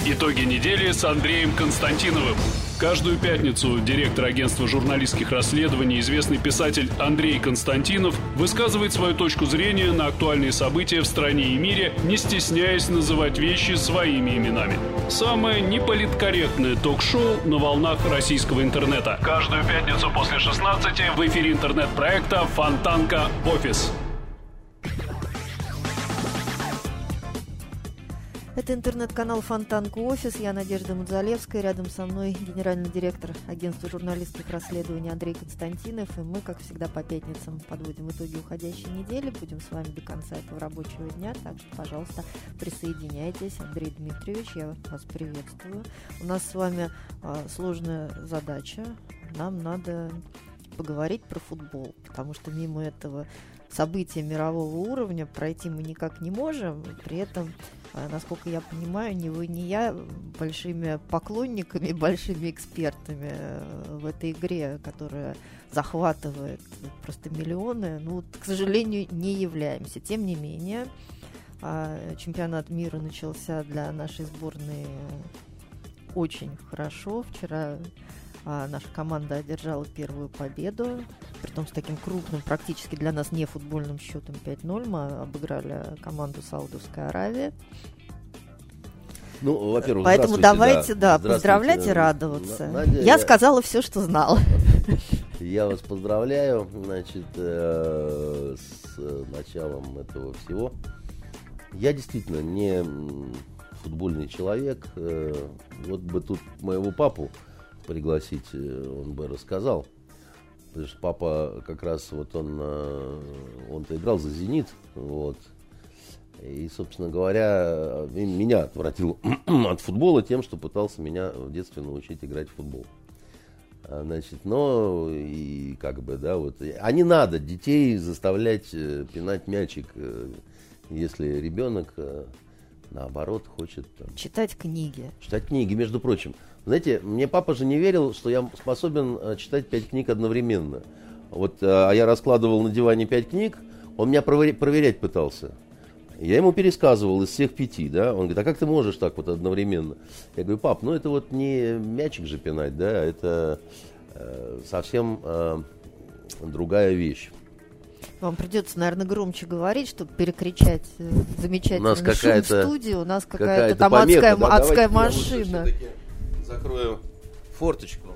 Итоги недели с Андреем Константиновым. Каждую пятницу директор агентства журналистских расследований, известный писатель Андрей Константинов, высказывает свою точку зрения на актуальные события в стране и мире, не стесняясь называть вещи своими именами. Самое неполиткорректное ток-шоу на волнах российского интернета. Каждую пятницу после 16 в эфире интернет-проекта «Фонтанка Офис». Это интернет-канал «Фонтанка Офис». Я Надежда Мудзалевская. Рядом со мной генеральный директор агентства журналистских расследований Андрей Константинов. И мы, как всегда, по пятницам подводим итоги уходящей недели. Будем с вами до конца этого рабочего дня. Так что, пожалуйста, присоединяйтесь. Андрей Дмитриевич, я вас приветствую. У нас с вами сложная задача. Нам надо поговорить про футбол, потому что мимо этого события мирового уровня пройти мы никак не можем. При этом, насколько я понимаю, ни вы, ни я большими поклонниками, большими экспертами в этой игре, которая захватывает просто миллионы, к сожалению, не являемся. Тем не менее, чемпионат мира начался для нашей сборной очень хорошо. Вчера наша команда одержала первую победу, притом с таким крупным, практически для нас не футбольным счетом 5-0. Мы обыграли команду Саудовской Аравии. Во-первых, поэтому давайте, поздравлять и радоваться. Надя, я сказала все, что знала. Я вас поздравляю, с началом этого всего. Я действительно не футбольный человек. Вот бы тут моего папу пригласить, он бы рассказал. Потому что папа как раз он-то играл за «Зенит». И, собственно говоря, меня отвратил от футбола тем, что пытался меня в детстве научить играть в футбол. А не надо детей заставлять пинать мячик, если ребенок, наоборот, хочет читать книги. Читать книги, между прочим. Знаете, мне папа же не верил, что я способен читать 5 книг одновременно. А я раскладывал на диване 5 книг, он меня проверять пытался. Я ему пересказывал из всех 5, да. Он говорит, а как ты можешь так одновременно? Я говорю, пап, это не мячик же пинать, да, это совсем другая вещь. Вам придется, наверное, громче говорить, чтобы перекричать замечательный шум в студии. У нас какая-то там адская машина. Закрою форточку.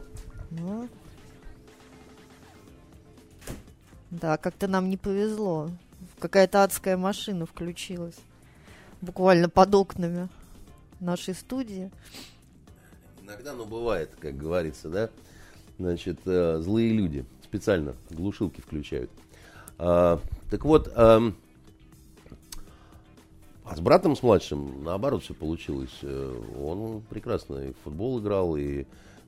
Да, как-то нам не повезло. Какая-то адская машина включилась. Буквально под окнами нашей студии. Иногда, бывает, как говорится, да. Злые люди специально глушилки включают. А с братом, с младшим, наоборот, все получилось. Он прекрасно и в футбол играл, и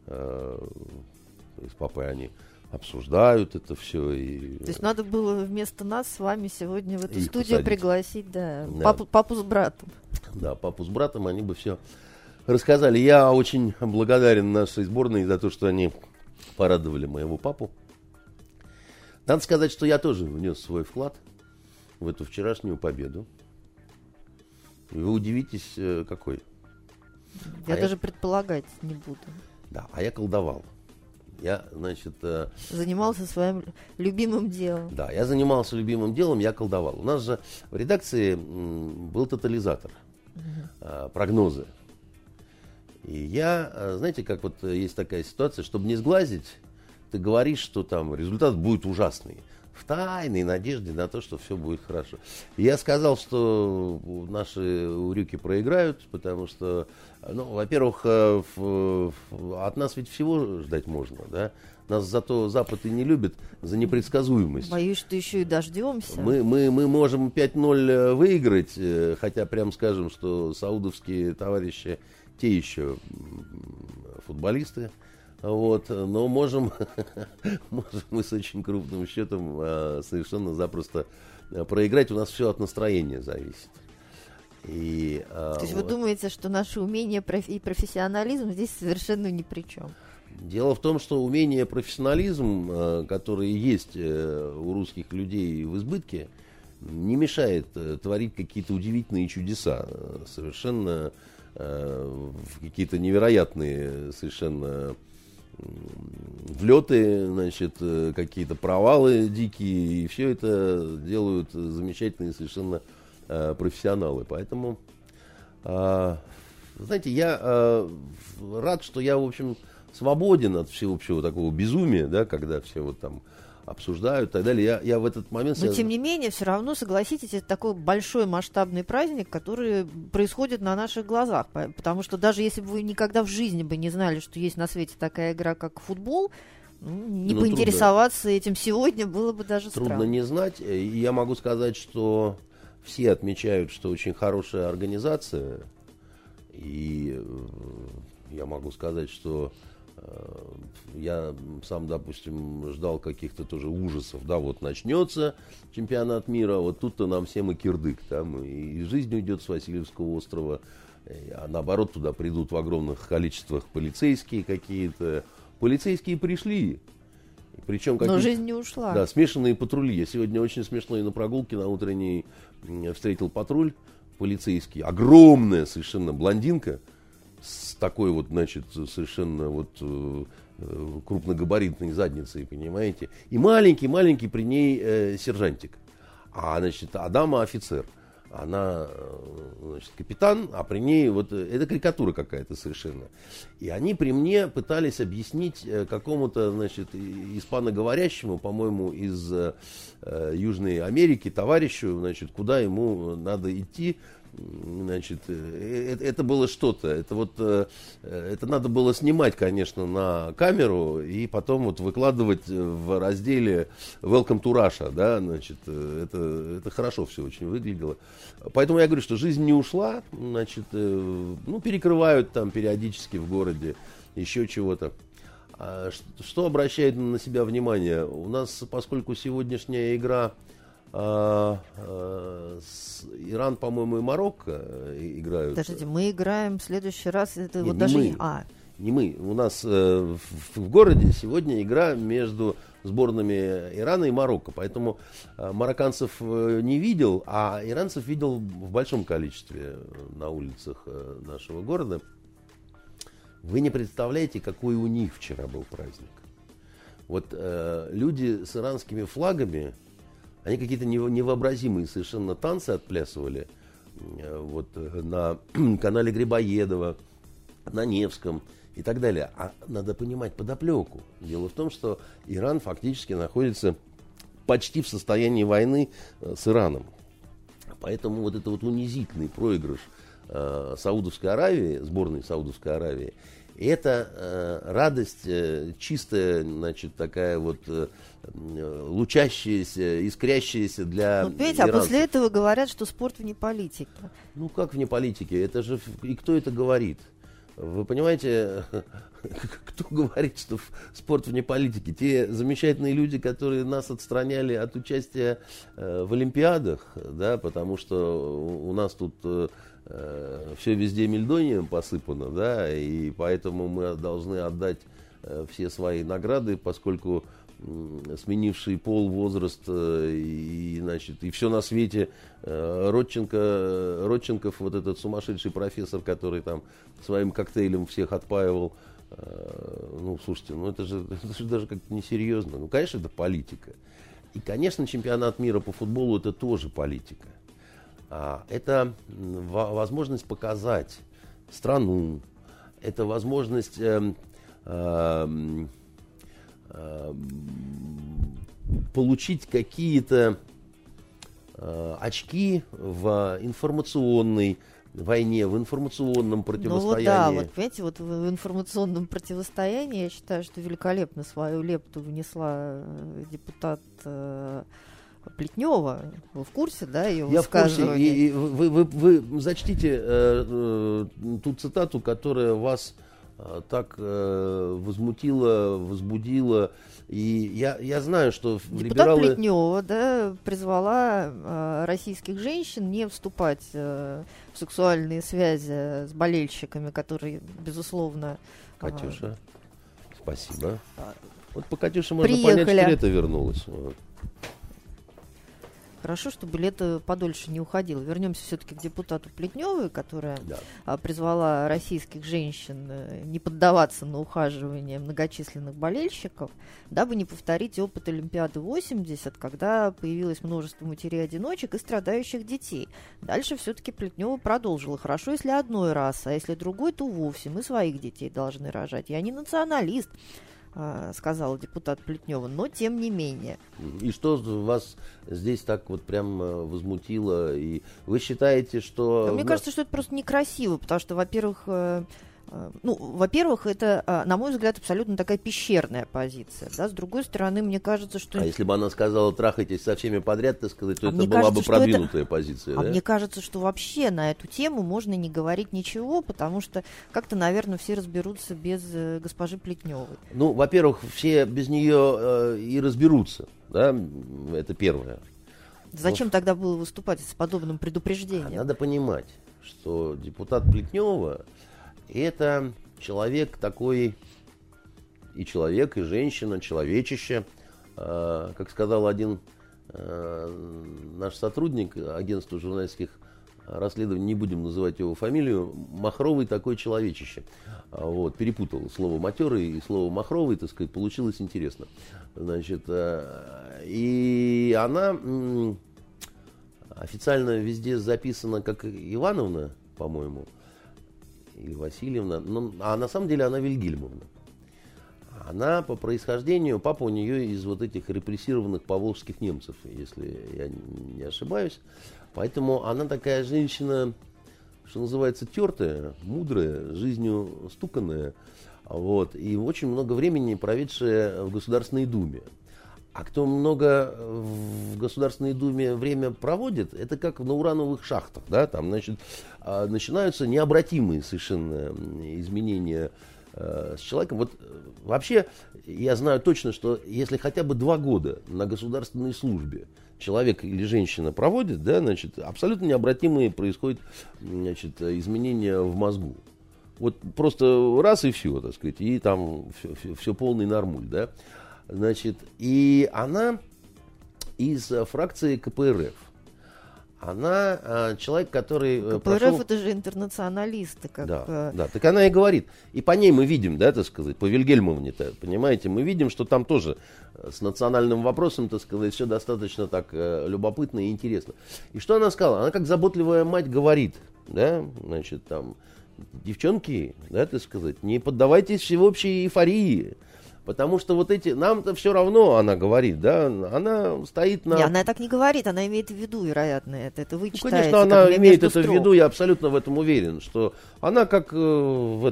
с папой они обсуждают это все. То есть надо было вместо нас с вами сегодня в эту студию пригласить, папу с братом. Да, папу с братом, они бы все рассказали. Я очень благодарен нашей сборной за то, что они порадовали моего папу. Надо сказать, что я тоже внес свой вклад в эту вчерашнюю победу. И вы удивитесь, какой. Я даже предполагать не буду. Да, а я колдовал. Я, занимался своим любимым делом. Да, я занимался любимым делом, я колдовал. У нас же в редакции был тотализатор, прогнозы. И я, знаете, как есть такая ситуация, чтобы не сглазить, ты говоришь, что там результат будет ужасный. В тайной надежде на то, что все будет хорошо. И я сказал, что наши урюки проиграют, потому что, во-первых, от нас ведь всего ждать можно, да? Нас зато Запад и не любит за непредсказуемость. Боюсь, что еще и дождемся. Мы можем 5-0 выиграть, хотя прям скажем, что саудовские товарищи те еще футболисты. Но можем мы с очень крупным счетом совершенно запросто проиграть. У нас все от настроения зависит. То есть вы думаете, что наше умение и профессионализм здесь совершенно ни при чем? Дело в том, что умение и профессионализм, которые есть у русских людей в избытке, не мешает творить какие-то удивительные чудеса. Совершенно в какие-то невероятные совершенно влеты, значит, какие-то провалы дикие, и все это делают замечательные совершенно профессионалы. Поэтому, знаете, я рад, что я, в общем, свободен от всеобщего такого безумия, да, когда все вот там обсуждают и так далее. Я в этот момент... Но, тем не менее, все равно, согласитесь, это такой большой масштабный праздник, который происходит на наших глазах. Потому что даже если бы вы никогда в жизни бы не знали, что есть на свете такая игра, как футбол, не поинтересоваться трудно. Этим сегодня было бы даже трудно странно. Не знать. И я могу сказать, что все отмечают, что очень хорошая организация. И я могу сказать, что я сам, допустим, ждал каких-то тоже ужасов. Да, вот начнется чемпионат мира, вот тут-то нам всем и кирдык. Там и жизнь уйдет с Васильевского острова, а наоборот, туда придут в огромных количествах полицейские какие-то. Полицейские пришли. Причем но жизнь не ушла. Да, смешанные патрули. Я сегодня очень смешно и на прогулке на утренней встретил патруль полицейский. Огромная совершенно блондинка с такой вот, значит, совершенно вот крупногабаритной задницей, понимаете. И маленький при ней сержантик. А дама офицер. Она, значит, капитан, а при ней вот это карикатура какая-то совершенно. И они при мне пытались объяснить какому-то, значит, испаноговорящему, по-моему, из Южной Америки товарищу, значит, куда ему надо идти. Значит, это было что-то. Это надо было снимать, конечно, на камеру и потом вот выкладывать в разделе Welcome to Russia, да, значит, это хорошо все очень выглядело. Поэтому я говорю, что жизнь не ушла, значит, перекрывают там периодически в городе еще чего-то. Что обращает на себя внимание? У нас, поскольку сегодняшняя игра Иран, по-моему, и Марокко играют. Подождите, мы играем в следующий раз. Это Нет, вот не даже мы. Не мы. У нас в городе сегодня игра между сборными Ирана и Марокко. Поэтому марокканцев не видел, а иранцев видел в большом количестве на улицах нашего города. Вы не представляете, какой у них вчера был праздник. Вот люди с иранскими флагами, они какие-то невообразимые совершенно танцы отплясывали вот, на канале Грибоедова, на Невском и так далее. А надо понимать подоплеку. Дело в том, что Иран фактически находится почти в состоянии войны с Ираном. Поэтому вот это вот унизительный проигрыш Саудовской Аравии, сборной Саудовской Аравии, это радость чистая, значит, такая вот лучащаяся, искрящаяся для понимаете, а после этого говорят, что спорт вне политики. Ну, как вне политики? Это же... И кто это говорит? Вы понимаете, кто говорит, что спорт вне политики? Те замечательные люди, которые нас отстраняли от участия в Олимпиадах, да, потому что у нас тут все везде мельдонием посыпано, да, и поэтому мы должны отдать все свои награды, поскольку сменивший пол, возраст и, значит, и все на свете. Родченков, вот этот сумасшедший профессор, который там своим коктейлем всех отпаивал. Ну, слушайте, это же даже как-то несерьезно. Ну, конечно, это политика. И, конечно, чемпионат мира по футболу — это тоже политика. Это возможность показать страну, это возможность получить какие-то очки в информационной войне, в информационном противостоянии. Ну вот да, вот понимаете, вот в информационном противостоянии я считаю, что великолепно свою лепту внесла депутат Плетнева. Вы в курсе, да, ее высказывания? Я в курсе. Вы зачтите ту цитату, которая вас так возмутила, возбудила. И я знаю, что депутат Плетнева, да, призвала российских женщин не вступать в сексуальные связи с болельщиками, которые, безусловно... Катюша, спасибо. Вот по Катюше можно понять, что это вернулось. хорошо, чтобы лето подольше не уходило. Вернемся все-таки к депутату Плетневой, которая призвала российских женщин не поддаваться на ухаживание многочисленных болельщиков, дабы не повторить опыт Олимпиады 80, когда появилось множество матерей-одиночек и страдающих детей. Дальше все-таки Плетнева продолжила. Хорошо, если одной расы, а если другой, то вовсе мы своих детей должны рожать. Я не националист, сказала депутат Плетнева, но тем не менее. И что вас здесь так вот прям возмутило? И вы считаете, что... Мне кажется, что это просто некрасиво, потому что, во-первых, это, на мой взгляд, абсолютно такая пещерная позиция. Да? С другой стороны, мне кажется, что... А если бы она сказала, трахайтесь со всеми подряд, так сказать, то это была бы продвинутая позиция. А мне кажется, что вообще на эту тему можно не говорить ничего, потому что как-то, наверное, все разберутся без госпожи Плетневой. Ну, во-первых, все без нее и разберутся. Да? Это первое. Зачем тогда было выступать с подобным предупреждением? Надо понимать, что депутат Плетнева это человек такой, и человек, и женщина, человечище. Как сказал один наш сотрудник агентства журналистских расследований, не будем называть его фамилию, махровый такой человечище. Вот, перепутал слово матерый и слово махровый, так сказать, получилось интересно. Значит, и она официально везде записана как Ивановна, по-моему, или Васильевна, а на самом деле она Вильгельмовна. Она по происхождению, папа у нее из вот этих репрессированных поволжских немцев, если я не ошибаюсь. Поэтому она такая женщина, что называется, тертая, мудрая, жизнью стуканная, вот, и очень много времени проведшая в Государственной Думе. А кто много в Государственной Думе время проводит, это как на урановых шахтах, да, там, значит, начинаются необратимые совершенно изменения с человеком. Вот вообще я знаю точно, что если хотя бы 2 года на государственной службе человек или женщина проводит, да, значит, абсолютно необратимые происходят, значит, изменения в мозгу. Вот просто раз и все, так сказать, и там все полный нормуль, да. Значит, и она из фракции КПРФ. Она человек, который КПРФ прошел... это же интернационалисты. Как... Да, так она и говорит. И по ней мы видим, да, так сказать, по Вильгельмовне-то, понимаете, мы видим, что там тоже с национальным вопросом, так сказать, все достаточно так любопытно и интересно. И что она сказала? Она как заботливая мать говорит, да, значит, там, девчонки, да, так сказать, не поддавайтесь всеобщей эйфории. Потому что вот эти, нам-то все равно, она говорит, да, она стоит на... Не, она так не говорит, она имеет в виду, вероятно, это вы читаете. Конечно, она имеет это в виду, я абсолютно в этом уверен, что она как в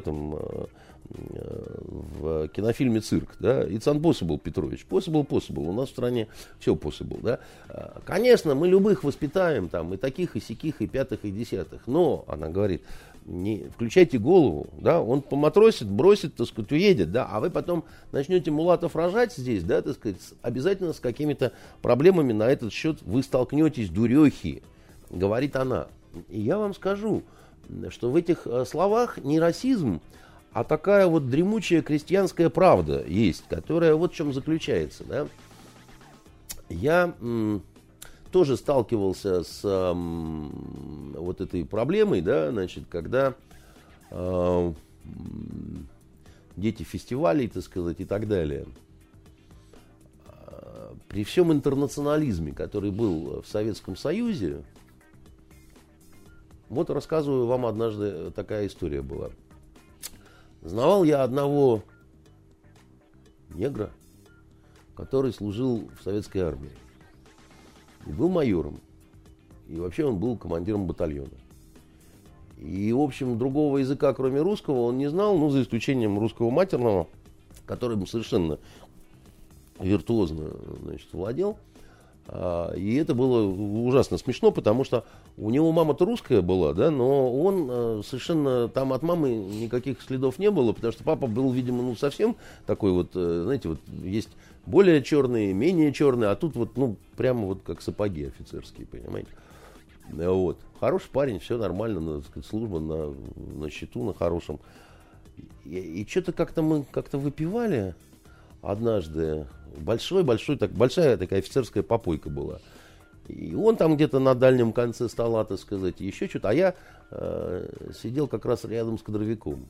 кинофильме «Цирк», да, It's Impossible, Петрович, possible, у нас в стране все possible, да. Конечно, мы любых воспитаем, там, и таких, и сяких, и пятых, и десятых, но, она говорит, не включайте голову, да, он поматросит, бросит, так сказать, уедет, да, а вы потом начнете мулатов рожать здесь, да, так сказать, обязательно с какими-то проблемами на этот счет вы столкнетесь, дурехи, говорит она. И я вам скажу, что в этих словах не расизм, а такая вот дремучая крестьянская правда есть, которая вот в чем заключается, да. Я тоже сталкивался с вот этой проблемой, да, значит, когда дети фестивалей, так сказать, и так далее, при всем интернационализме, который был в Советском Союзе, вот рассказываю вам, однажды такая история была. Знавал я одного негра, который служил в советской армии. И был майором. И вообще он был командиром батальона. И, в общем, другого языка, кроме русского, он не знал, ну, за исключением русского матерного, которым совершенно виртуозно, значит, владел. И это было ужасно смешно, потому что у него мама-то русская была, да, но он совершенно, там от мамы никаких следов не было, потому что папа был, видимо, ну, совсем такой вот, знаете, вот есть более черные, менее черные, а тут вот, ну, прямо вот как сапоги офицерские, понимаете. Вот. Хороший парень, все нормально, надо сказать, служба на счету, на хорошем. И что-то как-то мы как-то выпивали однажды, большая такая офицерская попойка была. И он там где-то на дальнем конце стола, так сказать, еще что-то. А я сидел как раз рядом с кадровиком.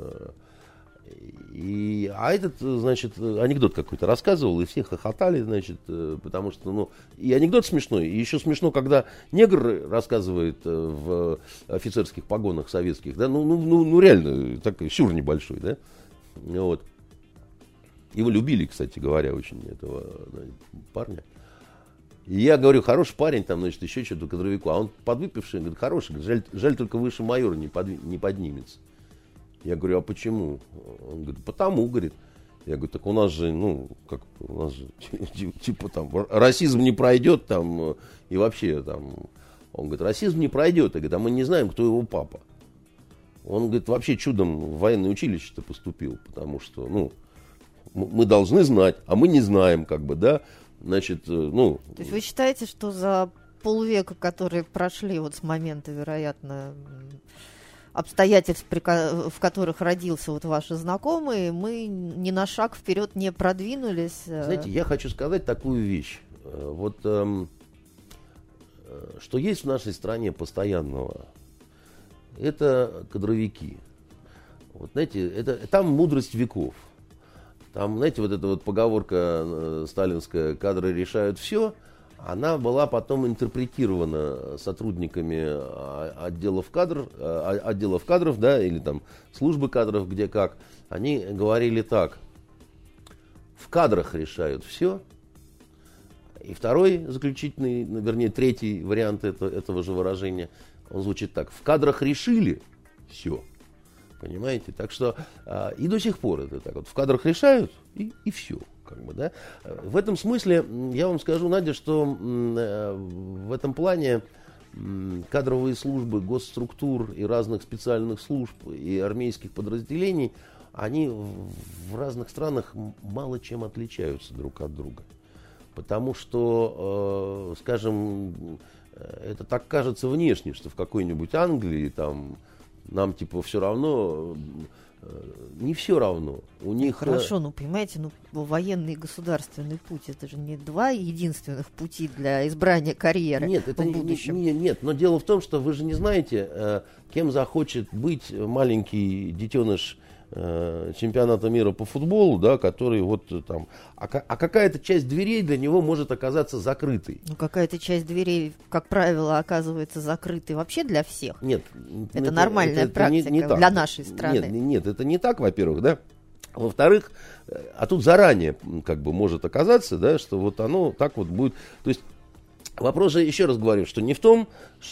А этот, значит, анекдот какой-то рассказывал, и все хохотали, значит, потому что, ну, и анекдот смешной, и еще смешно, когда негр рассказывает в офицерских погонах советских, да, ну реально, такой сюр небольшой, да, вот. Его любили, кстати говоря, очень, этого парня. И я говорю, хороший парень, там, значит, еще что-то кадровику, а он подвыпивший, говорит, хороший, говорит, жаль только выше майора не поднимется. Я говорю, а почему? Он говорит, потому, говорит. Я говорю, так у нас же, ну, как, у нас же, типа там, расизм не пройдет там, и вообще там. Он говорит, расизм не пройдет. Я говорю, а мы не знаем, кто его папа. Он говорит, вообще чудом в военное училище-то поступил, потому что, ну, мы должны знать, а мы не знаем, как бы, да, значит, ну. То есть вы считаете, что за полвека, которые прошли вот с момента, вероятно, обстоятельств, в которых родился вот ваш знакомый, мы ни на шаг вперед не продвинулись? Знаете, я хочу сказать такую вещь. Вот что есть в нашей стране постоянного, это кадровики. Вот знаете, там мудрость веков. Там, знаете, вот эта вот поговорка сталинская «кадры решают все», она была потом интерпретирована сотрудниками отделов кадров, да, или там службы кадров, где как. Они говорили так: в кадрах решают все. И второй заключительный, вернее, третий вариант этого же выражения, он звучит так: в кадрах решили все. Понимаете? Так что и до сих пор это так вот. В кадрах решают и все. Как бы, да? В этом смысле я вам скажу, Надя, что в этом плане кадровые службы госструктур и разных специальных служб и армейских подразделений, они в разных странах мало чем отличаются друг от друга. Потому что, скажем, это так кажется внешне, что в какой-нибудь Англии там нам типа все равно. Не все равно. У них... Хорошо, ну понимаете, ну военный и государственный путь, это же не два единственных пути для избрания карьеры. Нет, это в будущем. Нет, но дело в том, что вы же не знаете, кем захочет быть маленький детеныш чемпионата мира по футболу, да, который вот там, а какая-то часть дверей для него может оказаться закрытой. Ну, какая-то часть дверей, как правило, оказывается закрытой вообще для всех. Нет, это нормальная практика не для нашей страны. Нет, это не так, во-первых, да. Во-вторых, а тут заранее как бы может оказаться, да, что вот оно так вот будет. То есть вопрос же, еще раз говорю, что не в том,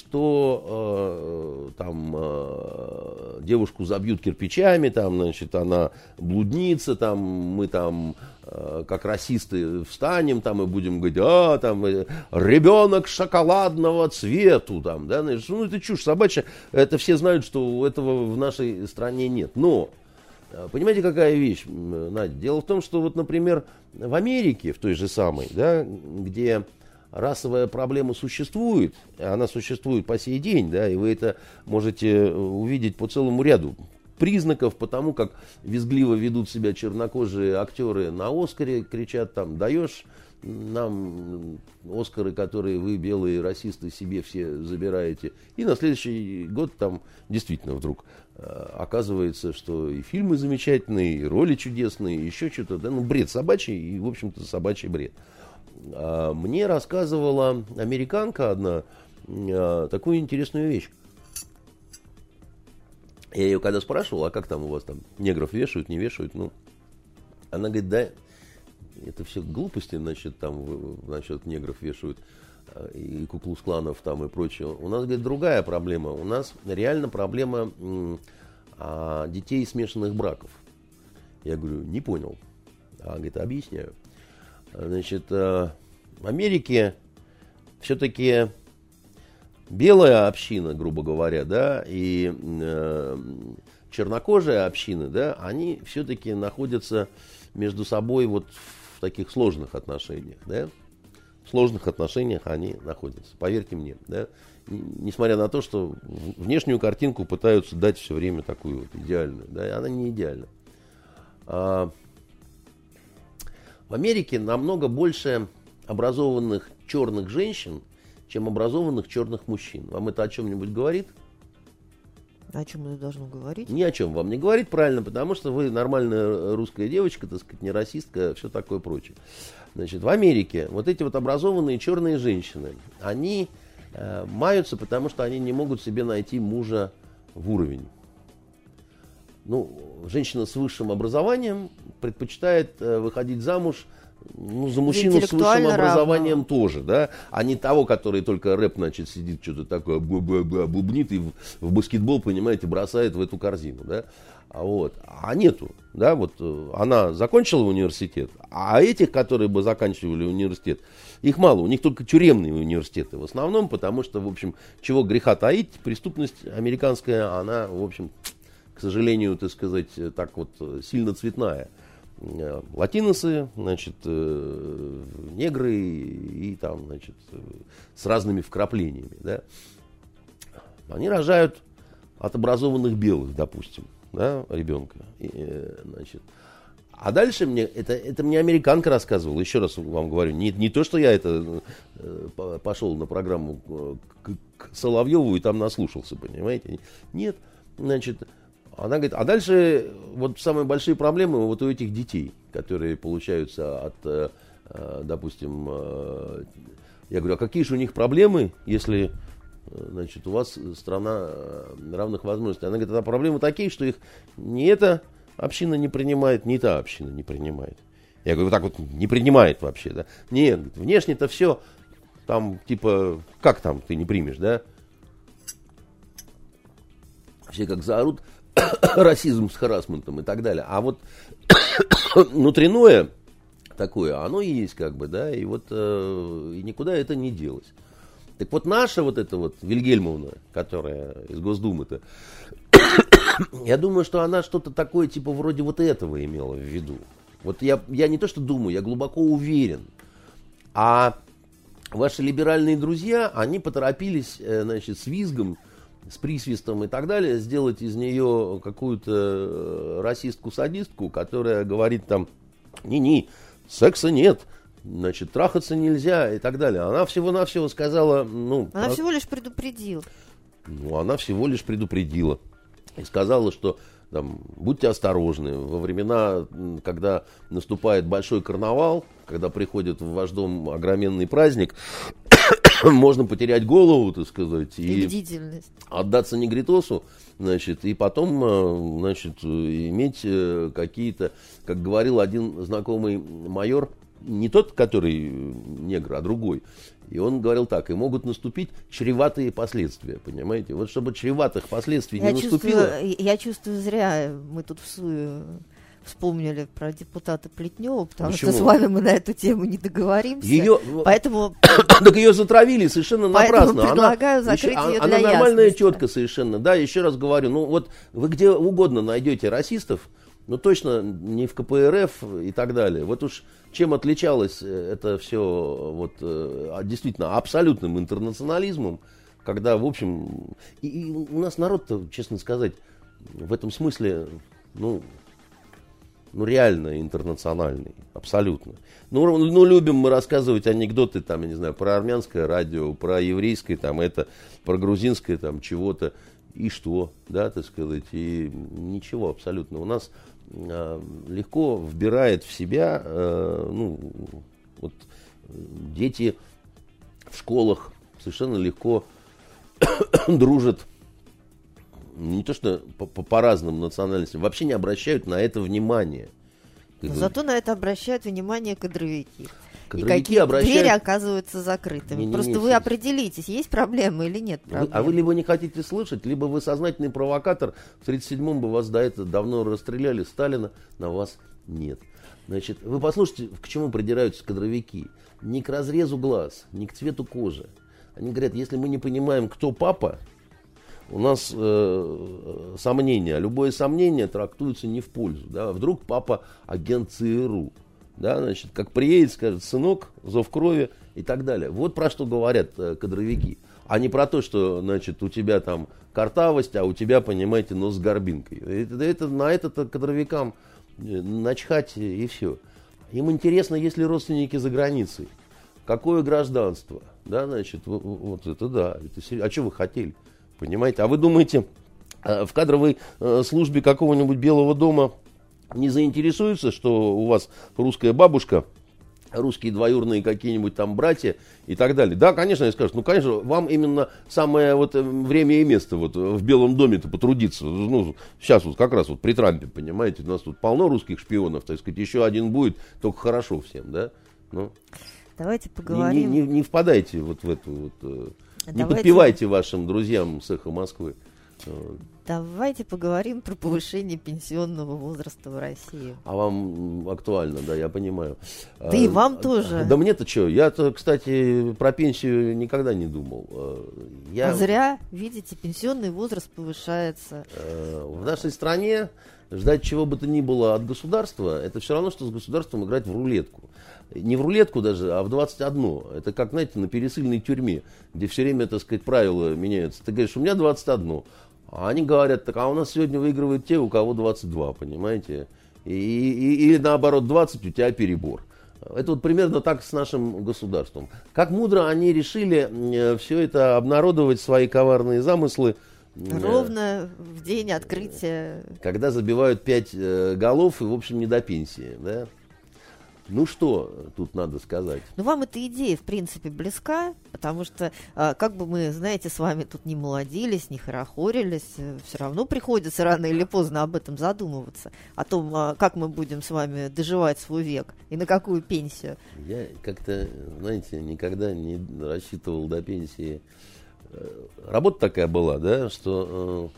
что девушку забьют кирпичами, там, значит, она блудница, там, мы там, как расисты, встанем там и будем говорить, там, ребенок шоколадного цвету, там, да, значит, ну, это чушь собачья, это все знают, что этого в нашей стране нет. Но, понимаете, какая вещь, Надя? Дело в том, что вот, например, в Америке, в той же самой, да, где расовая проблема существует, она существует по сей день, да, и вы это можете увидеть по целому ряду признаков, по тому, как визгливо ведут себя чернокожие актеры на Оскаре, кричат там: даешь нам Оскары, которые вы, белые расисты, себе все забираете. И на следующий год там действительно вдруг оказывается, что и фильмы замечательные, и роли чудесные, и еще что-то, да, ну, бред собачий, и, в общем-то, собачий бред. Мне рассказывала американка одна такую интересную вещь. Я ее когда спрашивал, а как там у вас там негров вешают, не вешают, ну, она говорит, да, это все глупости, значит, там, насчет негров вешают и Ку-клукс-кланов там и прочее. У нас, говорит, другая проблема. У нас реально проблема детей смешанных браков. Я говорю, не понял. Она говорит, объясняю. Значит, в Америке все-таки белая община, грубо говоря, да, и чернокожая община, да, они все-таки находятся между собой вот в таких сложных отношениях, да. В сложных отношениях они находятся, поверьте мне, да. Несмотря на то, что внешнюю картинку пытаются дать все время такую вот идеальную, да, она не идеальна. В Америке намного больше образованных черных женщин, чем образованных черных мужчин. Вам это о чем-нибудь говорит? О чем это должно говорить? Ни о чем вам не говорит, правильно, потому что вы нормальная русская девочка, так сказать, не расистка, все такое прочее. Значит, в Америке вот эти вот образованные черные женщины, они маются, потому что они не могут себе найти мужа в уровень. Ну, женщина с высшим образованием предпочитает выходить замуж за мужчину с высшим образованием тоже, да, а не того, который только рэп, значит, сидит, что-то такое бубнит и в баскетбол, понимаете, бросает в эту корзину, да. А нету, да, вот она закончила университет, а этих, которые бы заканчивали университет, их мало, у них только тюремные университеты в основном, потому что, в общем, чего греха таить, преступность американская, она, в общем, к сожалению, так сказать, так вот сильно цветная. Латиносы, значит, негры и там, значит, с разными вкраплениями, да, они рожают от образованных белых, допустим, да, ребенка, значит. А дальше это мне американка рассказывала, еще раз вам говорю, не то, что я это пошел на программу к Соловьеву и там наслушался, понимаете, нет, значит. Она говорит, а дальше вот самые большие проблемы вот у этих детей, которые получаются от, допустим, я говорю, а какие же у них проблемы, если, значит, у вас страна равных возможностей? Она говорит, а проблемы такие, что их ни эта община не принимает, ни та община не принимает. Я говорю, вот так вот не принимает вообще, да? Нет, внешне-то все, там, типа, как там ты не примешь, да? Все как заорут. Расизм с харассментом и так далее. А вот внутреннее такое, оно и есть как бы, да, и вот и никуда это не делось. Так вот наша вот эта вот Вильгельмовна, которая из Госдумы-то, я думаю, что она что-то такое типа вроде вот этого имела в виду. Вот я не то что думаю, я глубоко уверен. А ваши либеральные друзья, они поторопились, значит, с визгом, с присвистом и так далее, сделать из нее какую-то расистку-садистку, которая говорит там, секса нет, значит, трахаться нельзя и так далее. Она всего-навсего сказала, Она всего лишь предупредила. Она всего лишь предупредила. И сказала, что там, будьте осторожны, во времена, когда наступает большой карнавал, когда приходит в ваш дом огроменный праздник, можно потерять голову, так сказать, и отдаться негритосу, значит, и потом, значит, иметь какие-то, как говорил один знакомый майор, не тот, который негр, а другой, и он говорил так, и могут наступить чреватые последствия, понимаете? Вот чтобы чреватых последствий не наступило... Я чувствую, зря мы тут в суе вспомнили про депутата Плетнева, потому что с вами мы на эту тему не договоримся. Поэтому... Так ее затравили совершенно напрасно. Поэтому предлагаю закрыть ее для ясности. Она нормальная тетка совершенно. Да, еще раз говорю, вот вы где угодно найдете расистов, но точно не в КПРФ и так далее. Вот уж чем отличалось это все вот, действительно абсолютным интернационализмом, когда, в общем, и у нас народ-то, честно сказать, в этом смысле, реально интернациональный, абсолютно. Любим мы рассказывать анекдоты, там, я не знаю, про армянское радио, про еврейское, там, это, про грузинское, там, чего-то, и что, да, так сказать, и ничего абсолютно. У нас легко вбирает в себя, вот, дети в школах совершенно легко дружат, не то что по разным национальностям, вообще не обращают на это внимания. Зато на это обращают внимание кадровики. Кадровики и какие двери оказываются закрытыми. Просто вы определитесь, есть проблемы или нет проблем. А вы либо не хотите слышать, либо вы сознательный провокатор. В 1937-м бы вас до этого давно расстреляли, Сталина на вас нет. Значит, вы послушайте, к чему придираются кадровики. Не к разрезу глаз, не к цвету кожи. Они говорят, если мы не понимаем, кто папа, у нас сомнения. Любое сомнение трактуется не в пользу. Да? Вдруг папа агент ЦРУ. Да, значит, как приедет, скажет, сынок, зов крови и так далее. Вот про что говорят кадровики. А не про то, что, значит, у тебя там картавость, а у тебя, понимаете, нос с горбинкой. На это кадровикам начхать и все. Им интересно, есть ли родственники за границей. какое гражданство, да, значит, вот это да, это серьезно. А что вы хотели, понимаете? А вы думаете, в кадровой службе какого-нибудь Белого дома не заинтересуются, что у вас русская бабушка, русские двоюродные какие-нибудь там братья и так далее? Да, конечно, они скажут, ну, конечно, вам именно самое вот время и место вот в Белом доме-то потрудиться. Ну, сейчас вот как раз вот при Трампе, понимаете, у нас тут полно русских шпионов, так сказать, еще один будет, только хорошо всем, да? Ну, давайте поговорим. Не впадайте вот в эту вот, не подпевайте вашим друзьям с «Эхо Москвы». Давайте поговорим про повышение пенсионного возраста в России. А вам актуально, да, я понимаю. Да и вам тоже. Да мне-то что? Я-то, кстати, про пенсию никогда не думал. А зря, видите, пенсионный возраст повышается. В нашей стране ждать чего бы то ни было от государства, это все равно, что с государством играть в рулетку. Не в рулетку даже, а в 21. Это как, знаете, на пересыльной тюрьме, где все время, так сказать, правила меняются. Ты говоришь, у меня 21. А они говорят, так, а у нас сегодня выигрывают те, у кого 22, понимаете? Или наоборот 20, у тебя перебор. Это вот примерно так с нашим государством. Как мудро они решили все это обнародовать, свои коварные замыслы. Ровно в день открытия. Когда забивают 5 голов и, в общем, не до пенсии, да? Ну, что тут надо сказать? Ну, вам эта идея, в принципе, близка, потому что, как бы мы, знаете, с вами тут не молодились, не хорохорились, все равно приходится рано или поздно об этом задумываться, о том, как мы будем с вами доживать свой век и на какую пенсию. Я как-то, знаете, никогда не рассчитывал до пенсии. Работа такая была, да, что...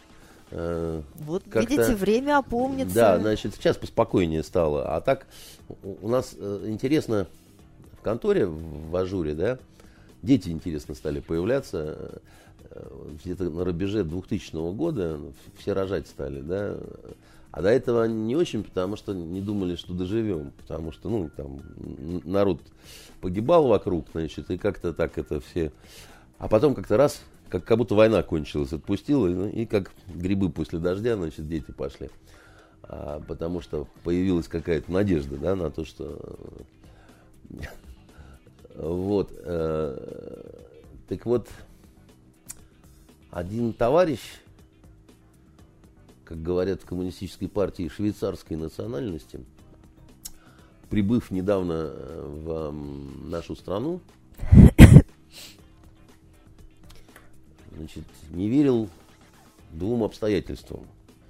Вот, видите, время опомнится. Да, значит, сейчас поспокойнее стало. А так, у нас интересно в конторе, в Ажуре, да, дети интересно стали появляться. Где-то на рубеже 2000 года все рожать стали, да. А до этого не очень, потому что не думали, что доживем. Потому что, ну, там, народ погибал вокруг, значит, и как-то так это все... А потом как-то раз... Как будто война кончилась, отпустила, и как грибы после дождя, значит, дети пошли. Потому что появилась какая-то надежда, да, на то, что... Вот. Так вот, один товарищ, как говорят в коммунистической партии, швейцарской национальности, прибыв недавно в нашу страну, значит, не верил 2 обстоятельствам.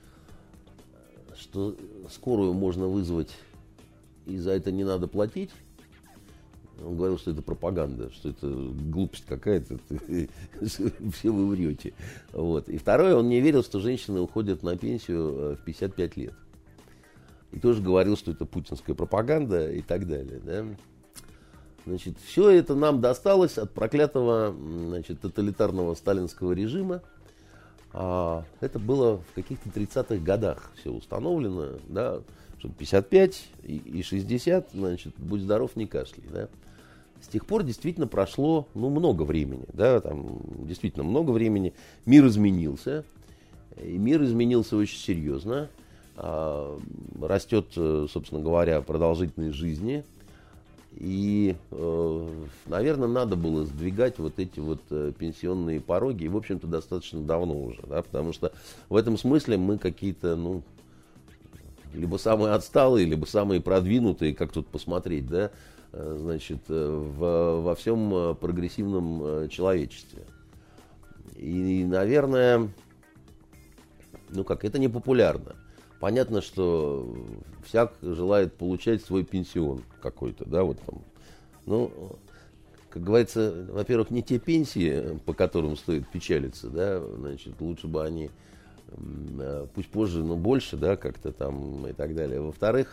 Что скорую можно вызвать, и за это не надо платить. Он говорил, что это пропаганда, что это глупость какая-то, все вы врете. Вот. И второе, он не верил, что женщины уходят на пенсию в 55 лет. И тоже говорил, что это путинская пропаганда и так далее. Да? Значит, все это нам досталось от проклятого, значит, тоталитарного сталинского режима. Это было в каких-то 30-х годах все установлено, да, что 55 и 60, значит, будь здоров, не кашляй, да. С тех пор действительно прошло, ну, много времени, да, там действительно много времени. Мир изменился, и мир изменился очень серьезно. Растет, собственно говоря, продолжительность жизни. И, наверное, надо было сдвигать вот эти вот пенсионные пороги, и, в общем-то, достаточно давно уже, да, потому что в этом смысле мы какие-то, ну, либо самые отсталые, либо самые продвинутые, как тут посмотреть, да, значит, во всем прогрессивном человечестве. И, наверное, ну как, это не популярно. Понятно, что всяк желает получать свой пенсион какой-то, да, вот там. Ну, как говорится, во-первых, не те пенсии, по которым стоит печалиться, да, значит, лучше бы они, пусть позже, но больше, да, как-то там и так далее. Во-вторых,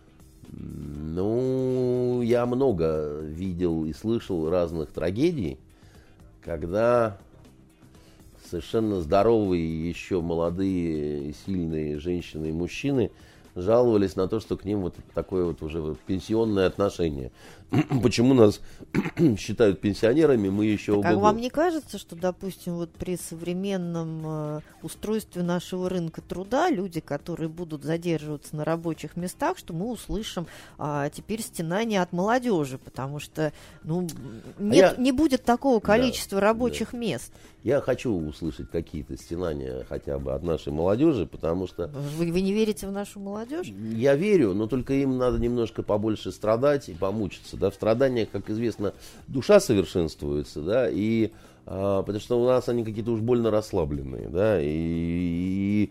ну, я много видел и слышал разных трагедий, когда совершенно здоровые, еще молодые, сильные женщины и мужчины жаловались на то, что к ним вот такое вот уже вот пенсионное отношение. Почему нас считают пенсионерами, мы еще Так, а вам не кажется, что, допустим, вот при современном устройстве нашего рынка труда люди, которые будут задерживаться на рабочих местах, что мы услышим теперь стенания от молодежи, потому что не будет такого количества рабочих мест. Я хочу услышать какие-то стенания хотя бы от нашей молодежи, потому что... Вы не верите в нашу молодежь? Я верю, но только им надо немножко побольше страдать и помучиться. Да? В страданиях, как известно, душа совершенствуется, да, и потому что у нас они какие-то уж больно расслабленные, да, и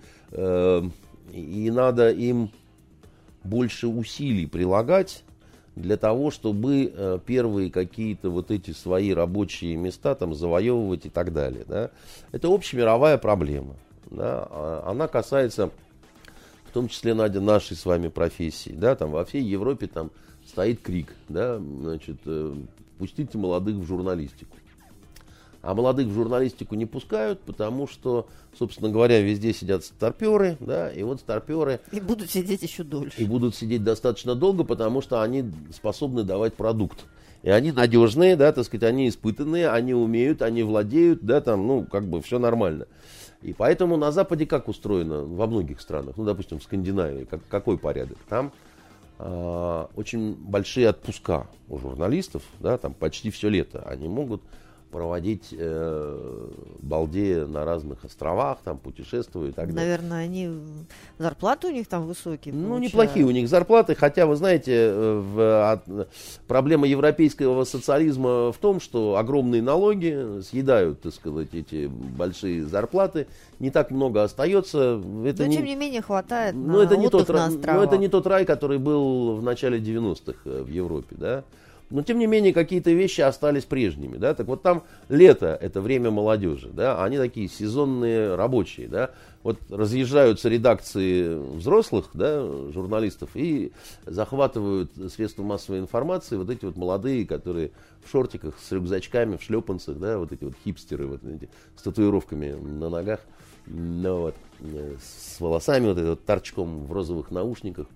надо им больше усилий прилагать для того, чтобы первые какие-то вот эти свои рабочие места там завоевывать и так далее. Да. Это общемировая проблема. Да. Она касается в том числе, Надя, нашей с вами профессии. Да. Там во всей Европе там стоит крик, да, значит, пустите молодых в журналистику. А молодых в журналистику не пускают, потому что, собственно говоря, везде сидят старперы, да, и вот старперы... И будут сидеть еще дольше. И будут сидеть достаточно долго, потому что они способны давать продукт. И они надежные, да, так сказать, они испытанные, они умеют, они владеют, да, там, ну, как бы все нормально. И поэтому на Западе как устроено во многих странах, ну, допустим, в Скандинавии, какой порядок? Там очень большие отпуска у журналистов, да, там почти все лето. Они могут проводить балдея на разных островах, там путешествуют и так далее. Наверное, зарплаты у них там высокие. Ну, неплохие у них зарплаты, хотя, вы знаете, проблема европейского социализма в том, что огромные налоги съедают, так сказать, эти большие зарплаты, не так много остается. Это тем не менее, хватает на отдых на островах. Но это не тот рай, который был в начале 90-х в Европе, да. Но, тем не менее, какие-то вещи остались прежними, да, так вот там лето, это время молодежи, да, они такие сезонные рабочие, да, вот разъезжаются редакции взрослых, да, журналистов и захватывают средства массовой информации, вот эти вот молодые, которые в шортиках, с рюкзачками, в шлепанцах, да, вот эти вот хипстеры, вот эти, с татуировками на ногах, ну, вот, с волосами, вот этим вот торчком в розовых наушниках,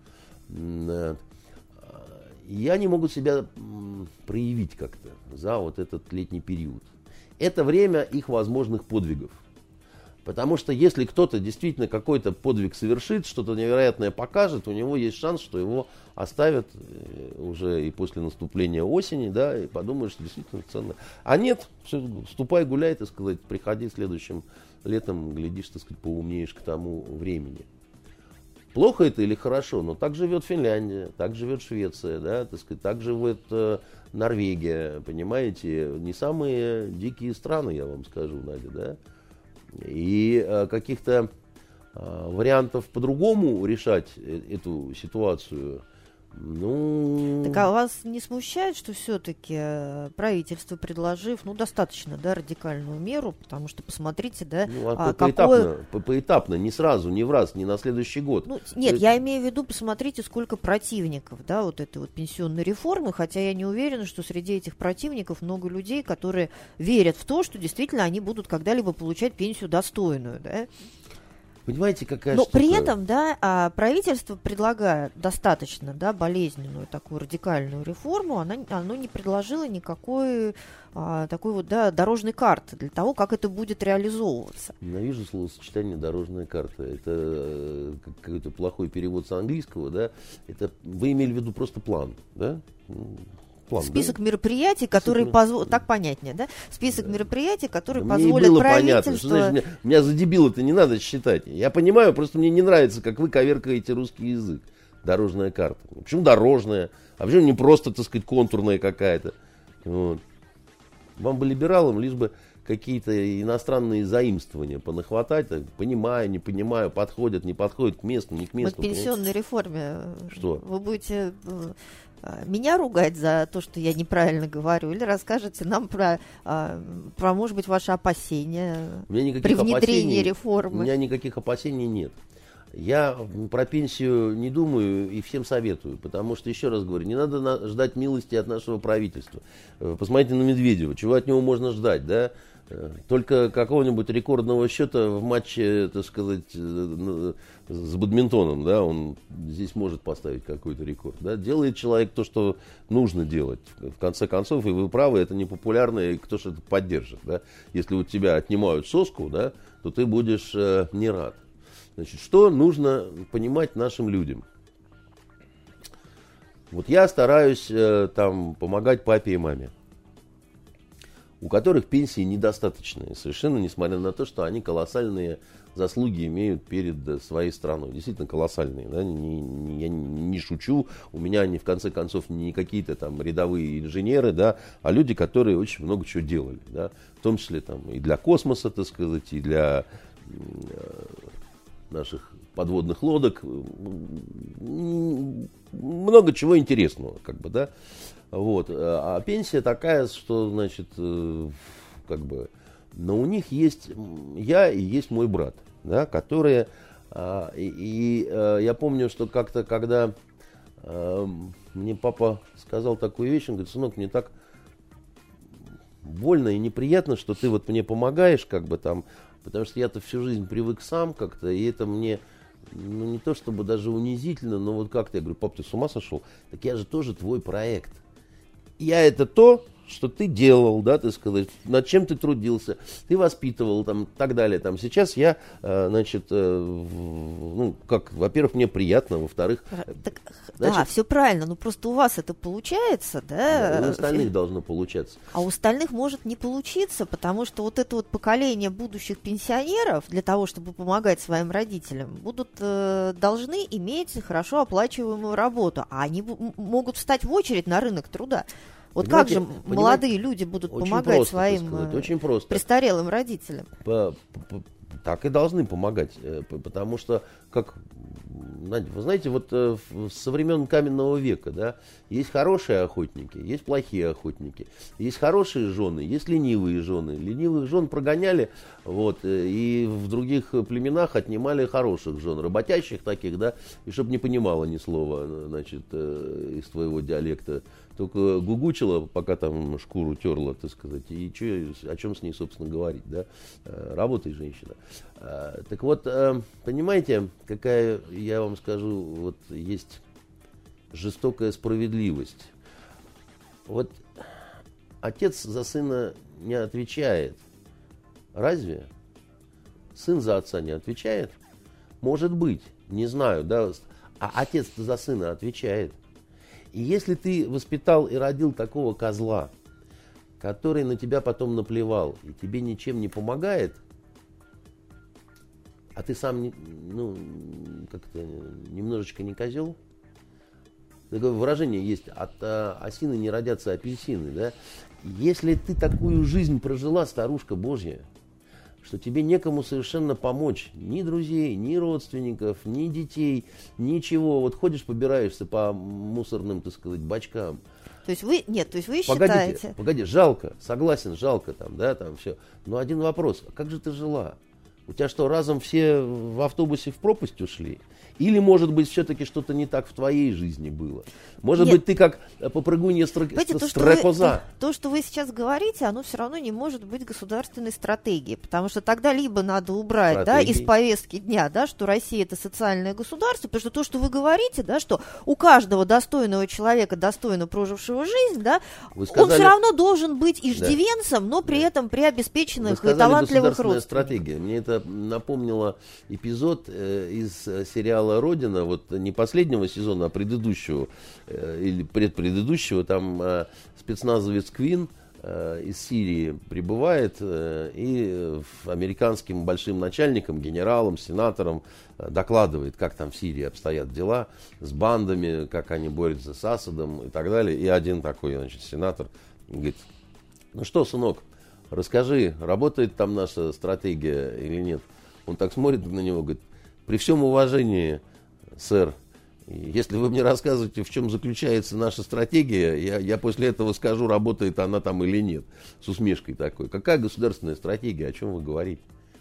и они могут себя проявить как-то за вот этот летний период. Это время их возможных подвигов. Потому что если кто-то действительно какой-то подвиг совершит, что-то невероятное покажет, у него есть шанс, что его оставят уже и после наступления осени, да, и подумают, что действительно ценно. А нет, все, ступай, гуляй, так сказать, приходи следующим летом, глядишь, так сказать, поумнеешь к тому времени. Плохо это или хорошо, но так живет Финляндия, так живет Швеция, да, так сказать, так живет Норвегия, понимаете, не самые дикие страны, я вам скажу, Надя, да, и каких-то вариантов по-другому решать эту ситуацию, ну... Так а вас не смущает, что все-таки правительство, предложив, ну, достаточно, да, радикальную меру, потому что, посмотрите, да, поэтапно, не сразу, не в раз, не на следующий год. Ну, нет, я имею в виду, посмотрите, сколько противников, да, вот этой вот пенсионной реформы, хотя я не уверена, что среди этих противников много людей, которые верят в то, что действительно они будут когда-либо получать пенсию достойную, да. Понимаете, какая Но штука? при этом, да, правительство, предлагая достаточно, да, болезненную такую радикальную реформу, оно не предложило никакой такой вот, да, дорожной карты для того, как это будет реализовываться. Ненавижу словосочетание «дорожная карта». Это какой-то плохой перевод с английского, да. Это вы имели в виду просто план, да? План, список да? мероприятий, которые позволят... Так понятнее, да? Список мероприятий, которые позволят правительству... Понятно. Меня за дебила-то не надо считать. Я понимаю, просто мне не нравится, как вы коверкаете русский язык. Дорожная карта. Почему дорожная? А почему не просто, так сказать, контурная какая-то? Вот. Вам бы либералам, лишь бы какие-то иностранные заимствования понахватать, так, понимаю, не понимаю, подходят, не подходят к месту, не к месту. В пенсионной реформе что? Вы будете меня ругать за то, что я неправильно говорю, или расскажете нам про может быть, ваши опасения при внедрении реформы? У меня никаких опасений нет. Я про пенсию не думаю и всем советую, потому что, еще раз говорю, не надо ждать милости от нашего правительства. Посмотрите на Медведева, чего от него можно ждать, да? Только какого-нибудь рекордного счета в матче, так сказать, с бадминтоном, да, он здесь может поставить какой-то рекорд. Да? Делает человек то, что нужно делать. В конце концов, и вы правы, это непопулярно, и кто же это поддержит. Да? Если у тебя отнимают соску, да, то ты будешь не рад. Значит, что нужно понимать нашим людям? Вот я стараюсь там помогать папе и маме, у которых пенсии недостаточные, совершенно несмотря на то, что они колоссальные заслуги имеют перед своей страной. Действительно колоссальные. Да? Я не шучу. У меня они, в конце концов, не какие-то там рядовые инженеры, да, а люди, которые очень много чего делали. Да? В том числе там, и для космоса, так сказать, и для наших подводных лодок. Много чего интересного. Как бы, да? Вот. А пенсия такая, что, значит, как бы, но у них есть я и есть мой брат, да, которые, я помню, что как-то, когда мне папа сказал такую вещь, он говорит: сынок, мне так больно и неприятно, что ты вот мне помогаешь, как бы там, потому что я-то всю жизнь привык сам как-то, и это мне, ну, не то чтобы даже унизительно, но вот как-то, я говорю: пап, ты с ума сошел? Так я же тоже твой проект. Я это то, что ты делал, да, так сказать, над чем ты трудился, ты воспитывал, там, так далее. Там. Сейчас я, значит, ну, как, во-первых, мне приятно, во-вторых... Так, значит, да, все правильно, но просто у вас это получается, да? Да, у остальных должно получаться. А у остальных может не получиться, потому что вот это вот поколение будущих пенсионеров, для того, чтобы помогать своим родителям, должны иметь хорошо оплачиваемую работу, а они могут встать в очередь на рынок труда. Вот как же молодые люди будут помогать просто, своим престарелым родителям? Так и должны помогать, потому что, как, вы знаете, вот со времен каменного века, да, есть хорошие охотники, есть плохие охотники, есть хорошие жены, есть ленивые жены. Ленивых жен прогоняли, вот, и в других племенах отнимали хороших жен, работящих таких, да, и чтобы не понимала ни слова, значит, из твоего диалекта, только гугучила, пока там шкуру терла, так сказать, и о чем с ней, собственно, говорить, да, работай, женщина. Так вот, понимаете, какая, я вам скажу, вот есть жестокая справедливость. Вот отец за сына не отвечает. Разве? Сын за отца не отвечает? Может быть, не знаю, да, а отец-то за сына отвечает. И если ты воспитал и родил такого козла, который на тебя потом наплевал и тебе ничем не помогает, а ты сам, ну, как-то немножечко не козел. Такое выражение есть: от осины не родятся апельсины. Да? Если ты такую жизнь прожила, старушка Божья, что тебе некому совершенно помочь, ни друзей, ни родственников, ни детей, ничего. Вот ходишь, побираешься по мусорным, так сказать, бачкам. То есть вы считаете... Погоди, жалко, согласен, жалко там, да, там все. Но один вопрос: а как же ты жила? У тебя что, разом все в автобусе в пропасть ушли? Или, может быть, все-таки что-то не так в твоей жизни было? Может быть, ты как попрыгунья стрекоза. То, что вы сейчас говорите, оно все равно не может быть государственной стратегией. Потому что тогда либо надо убрать, да, из повестки дня, да, что Россия — это социальное государство. Потому что то, что вы говорите, да, что у каждого достойного человека, достойно прожившего жизнь, да, он все равно должен быть иждивенцем, но при этом при обеспеченных и талантливых родственниках. Стратегия. Мне это напомнило эпизод из сериала «Родина», вот не последнего сезона, а предыдущего или предпредыдущего. Там спецназовец Квин из Сирии прибывает и американским большим начальникам, генералам, сенаторам докладывает, как там в Сирии обстоят дела с бандами, как они борются с Асадом и так далее. И один такой, значит, сенатор говорит: ну что, сынок, расскажи, работает там наша стратегия или нет? Он так смотрит на него, говорит: при всем уважении, сэр, если вы мне рассказываете, в чем заключается наша стратегия, я после этого скажу, работает она там или нет. С усмешкой такой. Какая государственная стратегия? О чем вы говорите?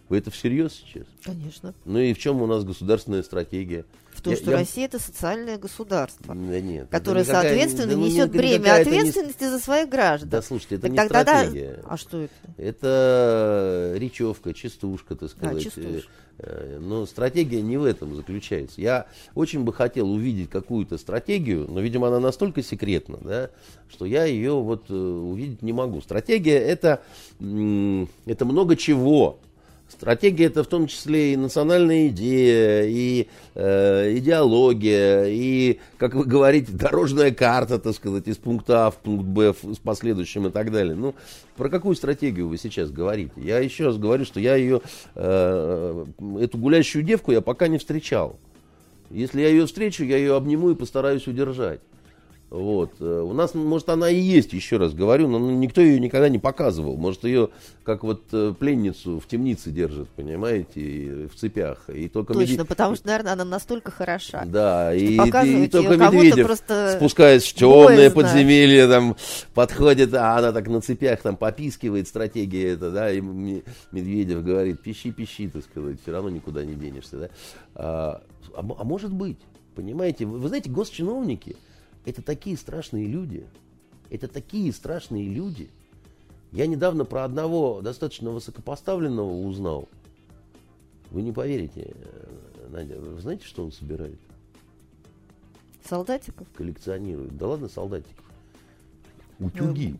Вы это всерьез сейчас? Конечно. Ну и в чем у нас государственная стратегия? В том, что Россия это социальное государство, Да нет, которое, соответственно, несет бремя ответственности за своих граждан. Да слушайте, это не стратегия. А что это? Это речевка, частушка, так сказать. Частушка. Но стратегия не в этом заключается. Я очень бы хотел увидеть какую-то стратегию, но, видимо, она настолько секретна, да, что я ее вот увидеть не могу. Стратегия это много чего. Стратегия это в том числе и национальная идея, и идеология, и, как вы говорите, дорожная карта, так сказать, из пункта А в пункт Б с последующим и так далее. Ну, про какую стратегию вы сейчас говорите? Я еще раз говорю, что я ее, эту гулящую девку я пока не встречал. Если я ее встречу, я ее обниму и постараюсь удержать. Вот. У нас, может, она и есть, еще раз говорю, но никто ее никогда не показывал. Может, ее как вот пленницу в темнице держат, понимаете, в цепях. И только точно, потому что, наверное, она настолько хороша. Да, и только Медведев, спускаясь в темное подземелье, там, подходит, а она так на цепях там попискивает, стратегия эта, да, и Медведев говорит, пищи, так сказать, все равно никуда не денешься, да. А может быть, понимаете, вы знаете, госчиновники это такие страшные люди. Это такие страшные люди. Я недавно про одного достаточно высокопоставленного узнал. Вы не поверите, Надя, вы знаете, что он собирает? Солдатиков? Коллекционирует. Да ладно, солдатиков. Утюги.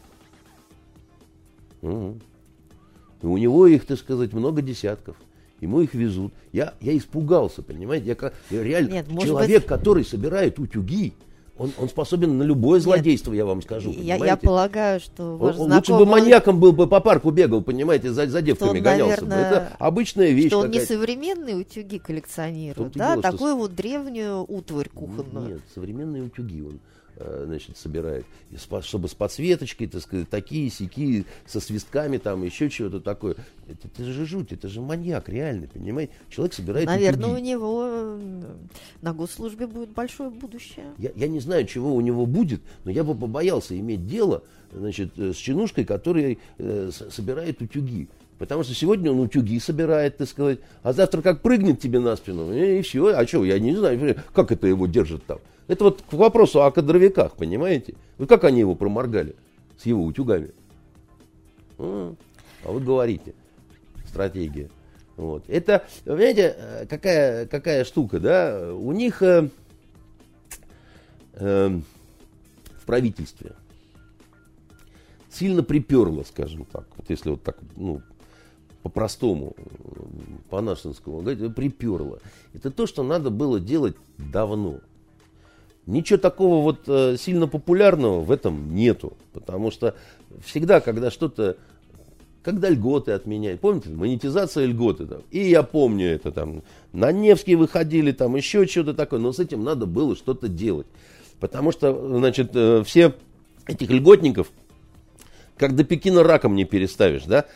Угу. И у него их, так сказать, много десятков. Ему их везут. Я испугался, понимаете? Я реально человек, который собирает утюги, он способен на любое злодейство, я вам скажу. Я полагаю, что ваш знакомый... Лучше бы маньяком был бы по парку бегал, понимаете, за девками гонялся бы. Это обычная вещь. Что он не современные утюги коллекционирует, да, такую вот древнюю утварь кухонную. Нет, современные утюги он, значит, собирает. Чтобы с подсветочкой, так сказать, такие-сякие, со свистками, там, еще чего-то такое. Это же жуть, это же маньяк, реально, понимаете? Человек собирает наверное, утюги. у него на госслужбе будет большое будущее. Я не знаю, чего у него будет, но я бы побоялся иметь дело, значит, с чинушкой, который собирает утюги. Потому что сегодня он утюги собирает, так сказать, а завтра как прыгнет тебе на спину, и все. А что, я не знаю, как это его держит там. Это вот к вопросу о кадровиках, понимаете? Вы как они его проморгали с его утюгами? А вы говорите, стратегия. Вот. Это, понимаете, какая штука, да? У них в правительстве сильно приперло, скажем так, вот если вот так, ну, по-простому, по-нашенскому говорить, приперло. Это то, что надо было делать давно. Ничего такого вот сильно популярного в этом нету. Потому что всегда, когда что-то, когда льготы отменяют, помните, монетизация льготы, там, и я помню это, там, на Невский выходили, там, еще что-то такое, но с этим надо было что-то делать. Потому что, значит, все этих льготников, как до Пекина раком не переставишь, да,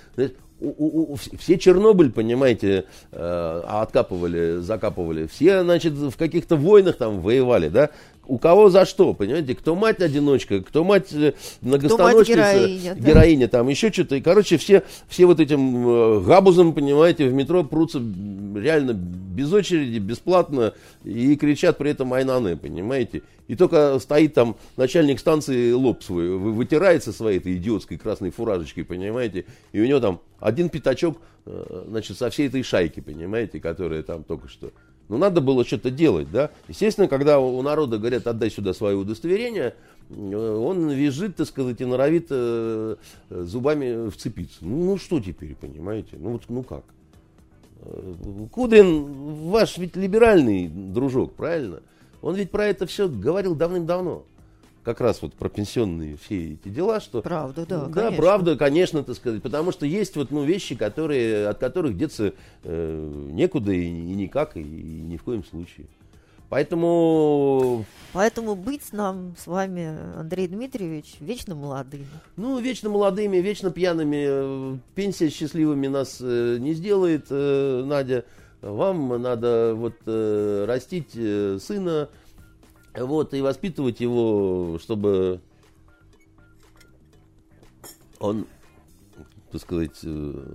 все Чернобыль, понимаете, откапывали, закапывали, все, значит, в каких-то войнах там воевали, да, у кого за что, понимаете, кто мать-одиночка, кто мать многостаночница, героиня, там еще что-то, и, короче, все вот этим габузом, понимаете, в метро прутся реально без очереди, бесплатно, и кричат при этом айнаны, понимаете, и только стоит там начальник станции, лоб свой вытирается своей этой идиотской красной фуражечкой, понимаете, и у него там один пятачок, значит, со всей этой шайки, понимаете, которая там только что. Ну, надо было что-то делать, да. Естественно, когда у народа говорят, отдай сюда свое удостоверение, он визжит, так сказать, и норовит зубами вцепиться. Ну, что теперь, понимаете? Ну, вот, ну как? Кудрин ваш ведь либеральный дружок, правильно? Он ведь про это все говорил давным-давно. Как раз вот про пенсионные все эти дела, что... Правда, да, да, конечно. Правда, конечно, так сказать. Потому что есть вот, ну, вещи, от которых деться некуда и никак, и ни в коем случае. Поэтому быть нам с вами, Андрей Дмитриевич, вечно молодыми. Ну, вечно молодыми, вечно пьяными. Пенсия счастливыми нас не сделает, Надя. Вам надо вот растить сына, вот, и воспитывать его, чтобы он, так сказать,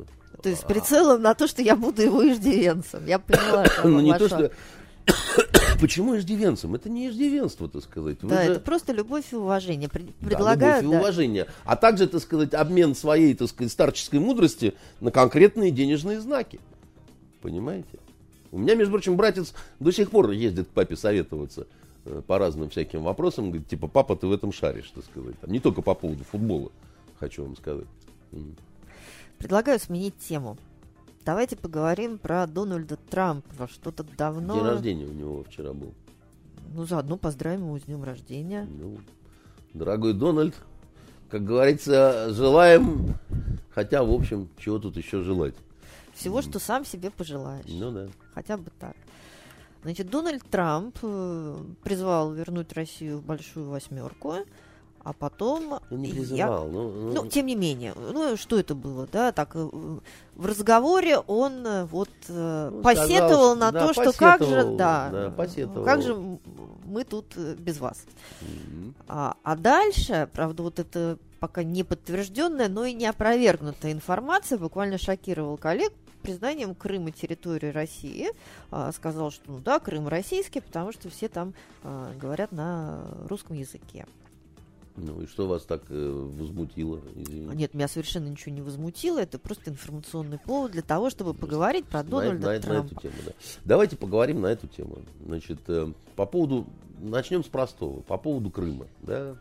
То есть с прицелом на то, что я буду его иждивенцем. Я поняла, что Ну, не то, что... Почему иждивенцем? Это не иждивенство, так сказать. Да, это просто любовь и уважение. Предлагают, любовь и уважение. А также, так сказать, обмен своей, так сказать, старческой мудрости на конкретные денежные знаки. Понимаете? У меня, между прочим, братец до сих пор ездит к папе советоваться по разным всяким вопросам. Говорит, типа, папа, ты в этом шаришь, так сказать. Там, не только по поводу футбола, хочу вам сказать. Предлагаю сменить тему. Давайте поговорим про Дональда Трампа. Что-то давно... День рождения у него вчера был. Ну, заодно поздравим его с днем рождения. Ну, дорогой Дональд, как говорится, желаем, хотя, в общем, чего тут еще желать. Всего, что сам себе пожелаешь. Ну да. Хотя бы так. Значит, Дональд Трамп призвал вернуть Россию в большую восьмерку. А потом... Он не призывал. Ну, тем не менее. Ну, что это было, да? Так, в разговоре он посетовал на то, что как же мы тут без вас. А дальше, правда, вот это пока не подтвержденная, но и не опровергнутая информация буквально шокировала коллег признанием Крыма территорией России. Сказал, что ну да, Крым российский, потому что все там говорят на русском языке. Ну и что вас так возмутило? Извините. Нет, меня совершенно ничего не возмутило. Это просто информационный повод для того, чтобы поговорить про Дональда Трампа. На эту тему, да. Давайте поговорим на эту тему. Значит, по поводу... Начнем с простого. По поводу Крыма. Да?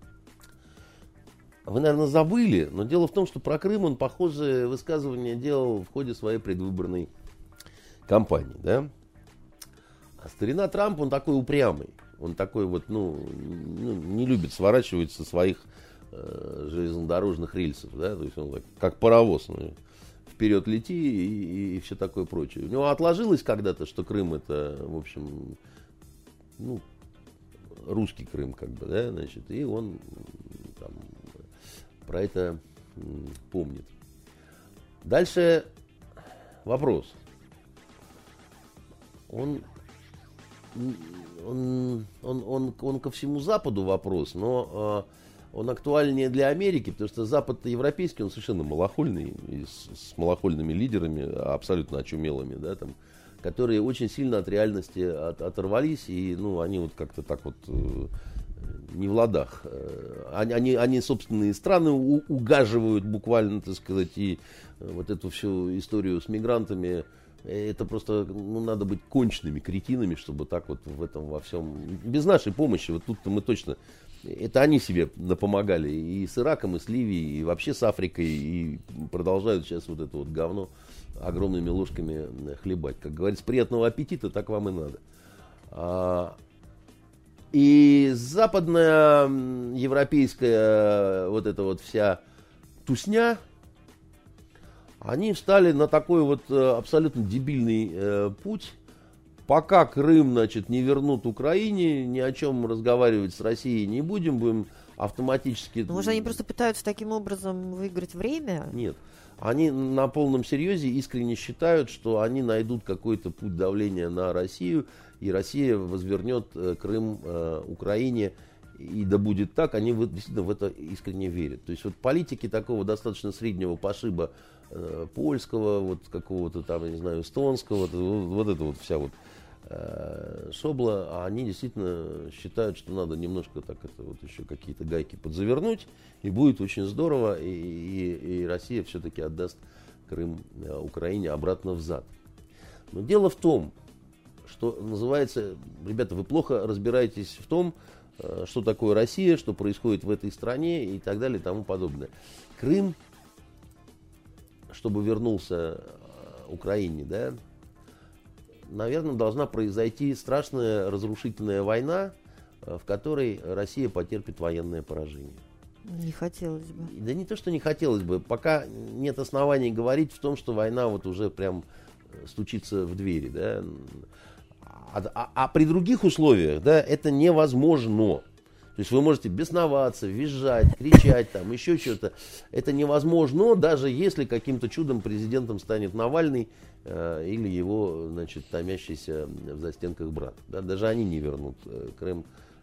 Вы, наверное, забыли, но дело в том, что про Крым он похожее высказывание делал в ходе своей предвыборной кампании. Да? А старина Трамп, он такой упрямый. Он такой вот, не любит сворачивать со своих железнодорожных рельсов, да, то есть он как паровоз, вперед лети и все такое прочее. У него отложилось когда-то, что Крым это, в общем, русский Крым, как бы, да, значит, и он там про это помнит. Дальше вопрос. Он ко всему Западу вопрос, но он актуальнее для Америки, потому что Запад европейский, он совершенно малохольный, и с малохольными лидерами, абсолютно очумелыми, да, там, которые очень сильно от реальности оторвались, и они вот как-то так вот не в ладах. Они собственные страны угаживают буквально, так сказать, и вот эту всю историю с мигрантами. Это просто, надо быть конченными кретинами, чтобы так вот в этом во всем... Без нашей помощи, вот тут-то мы точно... Это они себе напомогали и с Ираком, и с Ливией, и вообще с Африкой, и продолжают сейчас вот это вот говно огромными ложками хлебать. Как говорится, приятного аппетита, так вам и надо. И западная европейская вот эта вот вся тусня, они встали на такой вот абсолютно дебильный путь. Пока Крым, значит, не вернут Украине, ни о чем разговаривать с Россией не будем автоматически... Может, они просто пытаются таким образом выиграть время? Нет. Они на полном серьезе искренне считают, что они найдут какой-то путь давления на Россию, и Россия возвернет Крым Украине. И да будет так, они действительно в это искренне верят. То есть вот политики такого достаточно среднего пошиба польского, вот какого-то там, я не знаю, эстонского, вот это вот вся вот шобла, они действительно считают, что надо немножко так это вот еще какие-то гайки подзавернуть, и будет очень здорово, и Россия все-таки отдаст Крым Украине обратно взад. Но дело в том, что называется, ребята, вы плохо разбираетесь в том, что такое Россия, что происходит в этой стране и так далее и тому подобное. Крым, чтобы вернулся Украине, да, наверное, должна произойти страшная разрушительная война, в которой Россия потерпит военное поражение. Не хотелось бы. Да не то, что не хотелось бы. Пока нет оснований говорить в том, что война вот уже прям стучится в двери, да. А при других условиях, да, это невозможно. То есть вы можете бесноваться, визжать, кричать, там, еще что-то. Это невозможно, даже если каким-то чудом президентом станет Навальный или его, значит, томящийся в застенках брат. Да, даже они не вернут Крым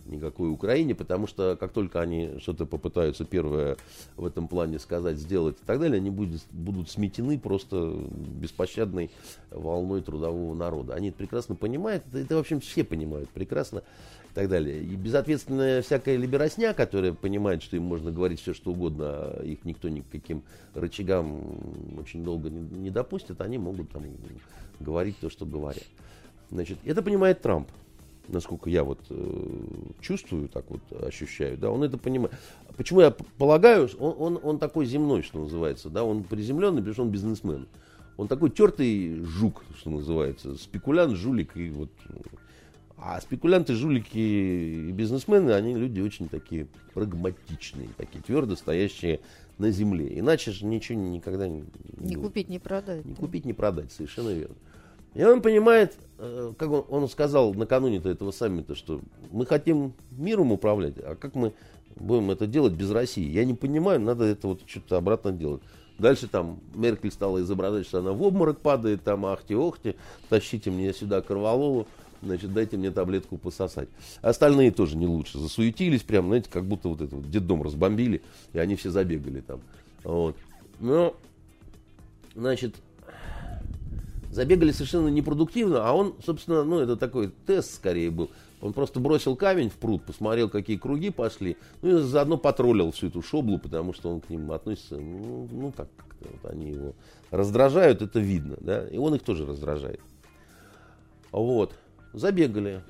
никакой Украине, потому что как только они что-то попытаются первое в этом плане сказать, сделать и так далее, они будут сметены просто беспощадной волной трудового народа. Они это прекрасно понимают, это в общем все понимают прекрасно и так далее. И безответственная всякая либерасня, которая понимает, что им можно говорить все, что угодно, а их никто ни к каким рычагам очень долго не допустит, они могут там говорить то, что говорят. Значит, это понимает Трамп. Насколько я вот чувствую, так вот ощущаю, да, он это понимает. Почему я полагаю, он такой земной, что называется, да, он приземленный, потому что он бизнесмен. Он такой тертый жук, что называется, спекулянт, жулик. И вот. А спекулянты, жулики и бизнесмены, они люди очень такие прагматичные, такие твердо стоящие на земле. Иначе же ничего никогда не купить, не продать. Не купить, не продать, совершенно верно. И он понимает, как он сказал накануне этого саммита, что мы хотим миром управлять, а как мы будем это делать без России? Я не понимаю, надо это вот что-то обратно делать. Дальше там Меркель стала изображать, что она в обморок падает, там ахти-охти, тащите мне сюда корвалолу, значит, дайте мне таблетку пососать. Остальные тоже не лучше, засуетились прям, знаете, как будто вот это вот детдом разбомбили, и они все забегали там. Вот. Но, значит, забегали совершенно непродуктивно, а он, собственно, ну, это такой тест скорее был. Он просто бросил камень в пруд, посмотрел, какие круги пошли, ну, и заодно потроллил всю эту шоблу, потому что он к ним относится, ну так как-то вот они его раздражают, это видно, да, и он их тоже раздражает. Вот, забегали.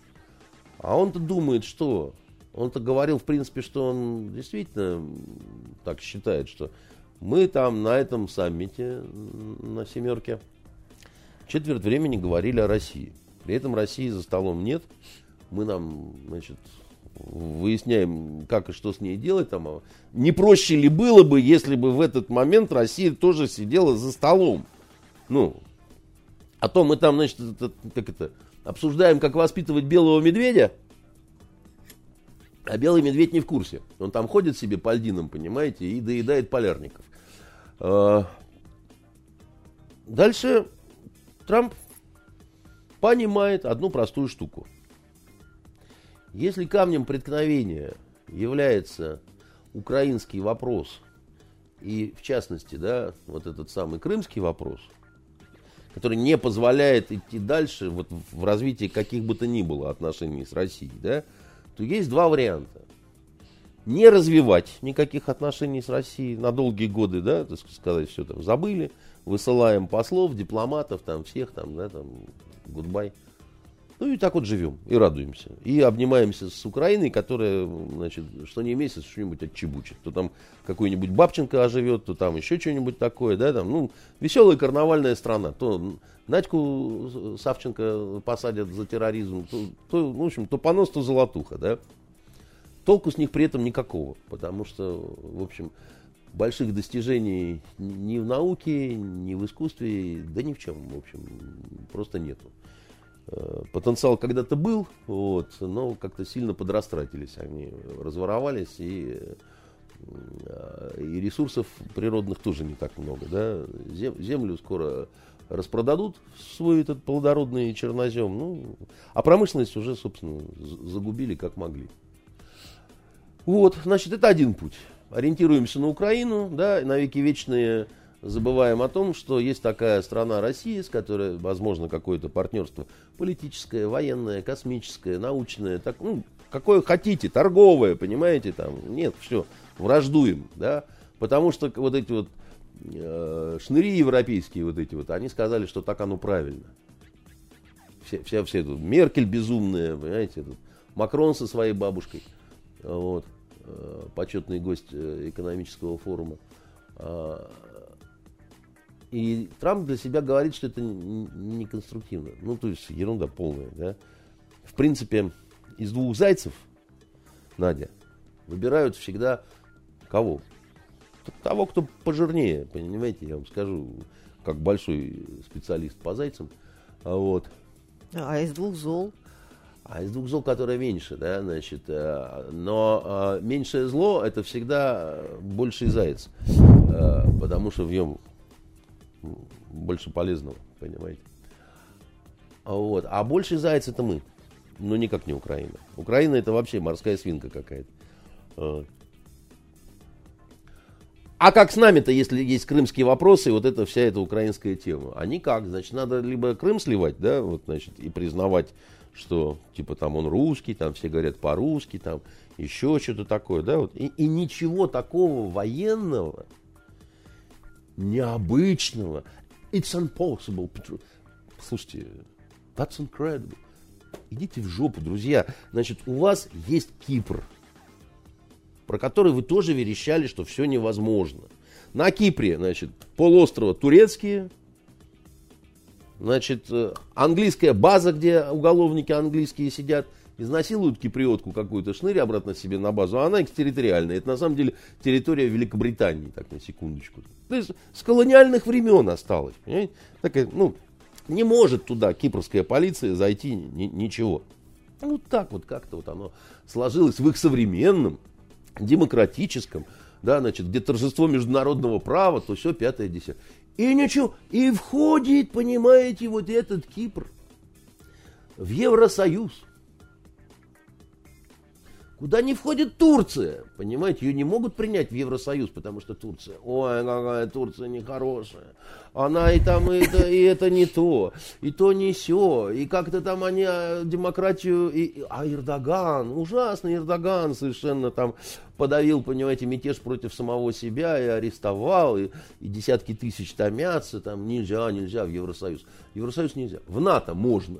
А он-то думает, что? Он-то говорил, в принципе, что он действительно так считает, что мы там на этом саммите, на «семерке», четверть времени говорили о России. При этом России за столом нет. Мы нам, значит, выясняем, как и что с ней делать. Там. Не проще ли было бы, если бы в этот момент Россия тоже сидела за столом? Ну, а то мы там, значит, обсуждаем, как воспитывать белого медведя, а белый медведь не в курсе. Он там ходит себе по льдинам, понимаете, и доедает полярников. Дальше Трамп понимает одну простую штуку. Если камнем преткновения является украинский вопрос, и в частности, да, вот этот самый крымский вопрос, который не позволяет идти дальше вот, в развитии каких бы то ни было отношений с Россией, да, то есть два варианта. Не развивать никаких отношений с Россией на долгие годы, да, так сказать, все там забыли, высылаем послов, дипломатов, там всех, там, да, там, гудбай. Ну и так вот живем, и радуемся. И обнимаемся с Украиной, которая, значит, что не месяц что-нибудь отчебучит. То там какой-нибудь Бабченко оживет, то там еще что-нибудь такое, да, там, ну, веселая карнавальная страна. То Надьку Савченко посадят за терроризм, то в общем, то понос, то золотуха, да. Толку с них при этом никакого, потому что, в общем, больших достижений ни в науке, ни в искусстве, да ни в чем, в общем, просто нету. Потенциал когда-то был, вот, но как-то сильно подрастратились, они разворовались, и ресурсов природных тоже не так много. Да? Землю скоро распродадут, свой этот плодородный чернозем, ну, а промышленность уже, собственно, загубили как могли. Вот, значит, это один путь. Ориентируемся на Украину, да, навеки вечные забываем о том, что есть такая страна Россия, с которой возможно какое-то партнерство политическое, военное, космическое, научное, так, ну, какое хотите, торговое, понимаете, там, нет, все, враждуем, да, потому что вот эти вот шныри европейские вот эти вот, они сказали, что так оно правильно. Все тут, Меркель безумная, понимаете, тут, Макрон со своей бабушкой, вот, почетный гость экономического форума. И Трамп для себя говорит, что это не конструктивно. Ну, то есть ерунда полная, да. В принципе, из двух зайцев, Надя, выбирают всегда кого? Того, кто пожирнее, понимаете, я вам скажу, как большой специалист по зайцам. Вот. А из двух зол? А из двух зол, которое меньше, да, значит, но меньшее зло это всегда больший заяц, потому что в нем больше полезного, понимаете. Вот. А больший заяц это мы. но никак не Украина. Украина это вообще морская свинка какая-то. А как с нами-то, если есть крымские вопросы, вот это вся эта украинская тема? А никак, значит, надо либо Крым сливать, да, вот, значит, и признавать, что, типа, там он русский, там все говорят по-русски, там еще что-то такое, да, вот. И ничего такого военного, необычного. It's impossible. Слушайте, that's incredible. Идите в жопу, друзья. Значит, у вас есть Кипр, про который вы тоже верещали, что все невозможно. На Кипре, значит, полуострова турецкие, значит, английская база, где уголовники английские сидят, изнасилуют киприотку какую-то, шнырь обратно себе на базу, а она экстерриториальная. Это на самом деле территория Великобритании, так на секундочку. То есть с колониальных времен осталось. Понимаете? Такая, ну, не может туда кипрская полиция зайти ничего. Вот так вот как-то вот оно сложилось в их современном, демократическом, да, значит, где торжество международного права, то все 5-10. И ничего, и входит, понимаете, вот этот Кипр в Евросоюз. Куда не входит Турция, понимаете, ее не могут принять в Евросоюз, потому что Турция, ой, какая Турция нехорошая, она и там, и это не то не сё, и как-то там они демократию, а Эрдоган, ужасный Эрдоган совершенно там подавил, понимаете, мятеж против самого себя и арестовал, и десятки тысяч томятся, там нельзя в Евросоюз. В Евросоюз нельзя, в НАТО можно,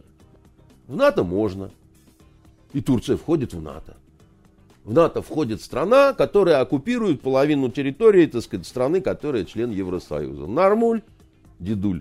и Турция входит в НАТО. В НАТО входит страна, которая оккупирует половину территории, так сказать, страны, которая член Евросоюза. Нормуль, дедуль.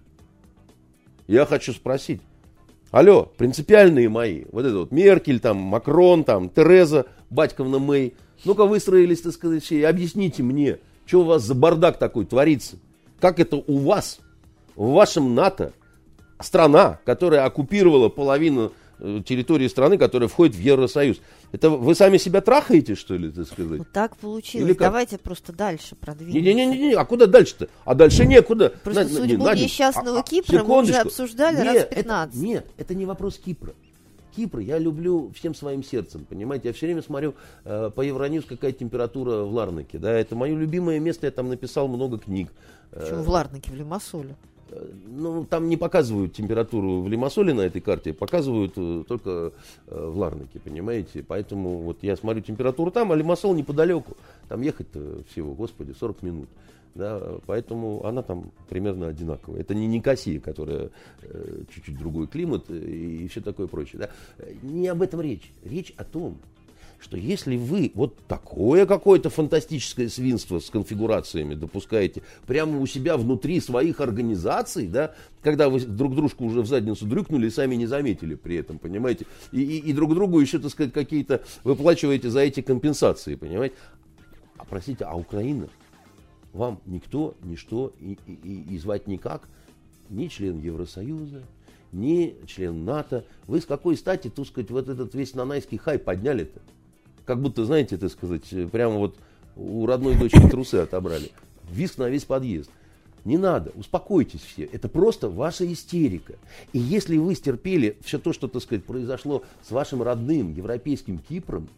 Я хочу спросить. Алло, принципиальные мои, вот это вот Меркель, там, Макрон, там, Тереза, батьковна Мэй. Ну-ка выстроились, так сказать, все. И объясните мне, что у вас за бардак такой творится? Как это у вас, в вашем НАТО, страна, которая оккупировала половину территории страны, которая входит в Евросоюз. Это вы сами себя трахаете, что ли, так сказать? Вот так получилось. Давайте просто дальше продвинемся. Не, а куда дальше-то? А дальше некуда. Просто судьбу несчастного Кипра мы уже обсуждали раз 15. Нет, это не вопрос Кипра. Кипр я люблю всем своим сердцем, понимаете? Я все время смотрю по Евроньюз, какая температура в Ларнаке. Да? Это мое любимое место, я там написал много книг. Почему в Ларнаке, в Лимассоле? Ну, там не показывают температуру в Лимассоле на этой карте, показывают только в Ларнаке, понимаете? Поэтому вот я смотрю температуру там, а Лимассол неподалеку. Там ехать-то всего, господи, 40 минут. Да, поэтому она там примерно одинаковая. Это не Никосия, которая чуть-чуть другой климат и все такое прочее. Да? Не об этом речь. Речь о том, что если вы вот такое какое-то фантастическое свинство с конфигурациями допускаете прямо у себя внутри своих организаций, да, когда вы друг дружку уже в задницу дрюкнули и сами не заметили при этом, понимаете, и друг другу еще, так сказать, какие-то выплачиваете за эти компенсации, понимаете. А простите, а Украина? Вам никто, ничто и звать никак, ни член Евросоюза, ни член НАТО. Вы с какой стати, так сказать, вот этот весь нанайский хай подняли-то? Как будто, знаете, так сказать, прямо вот у родной дочери трусы отобрали. Визг на весь подъезд. Не надо, успокойтесь все. Это просто ваша истерика. И если вы стерпели все то, что, так сказать, произошло с вашим родным европейским Кипром,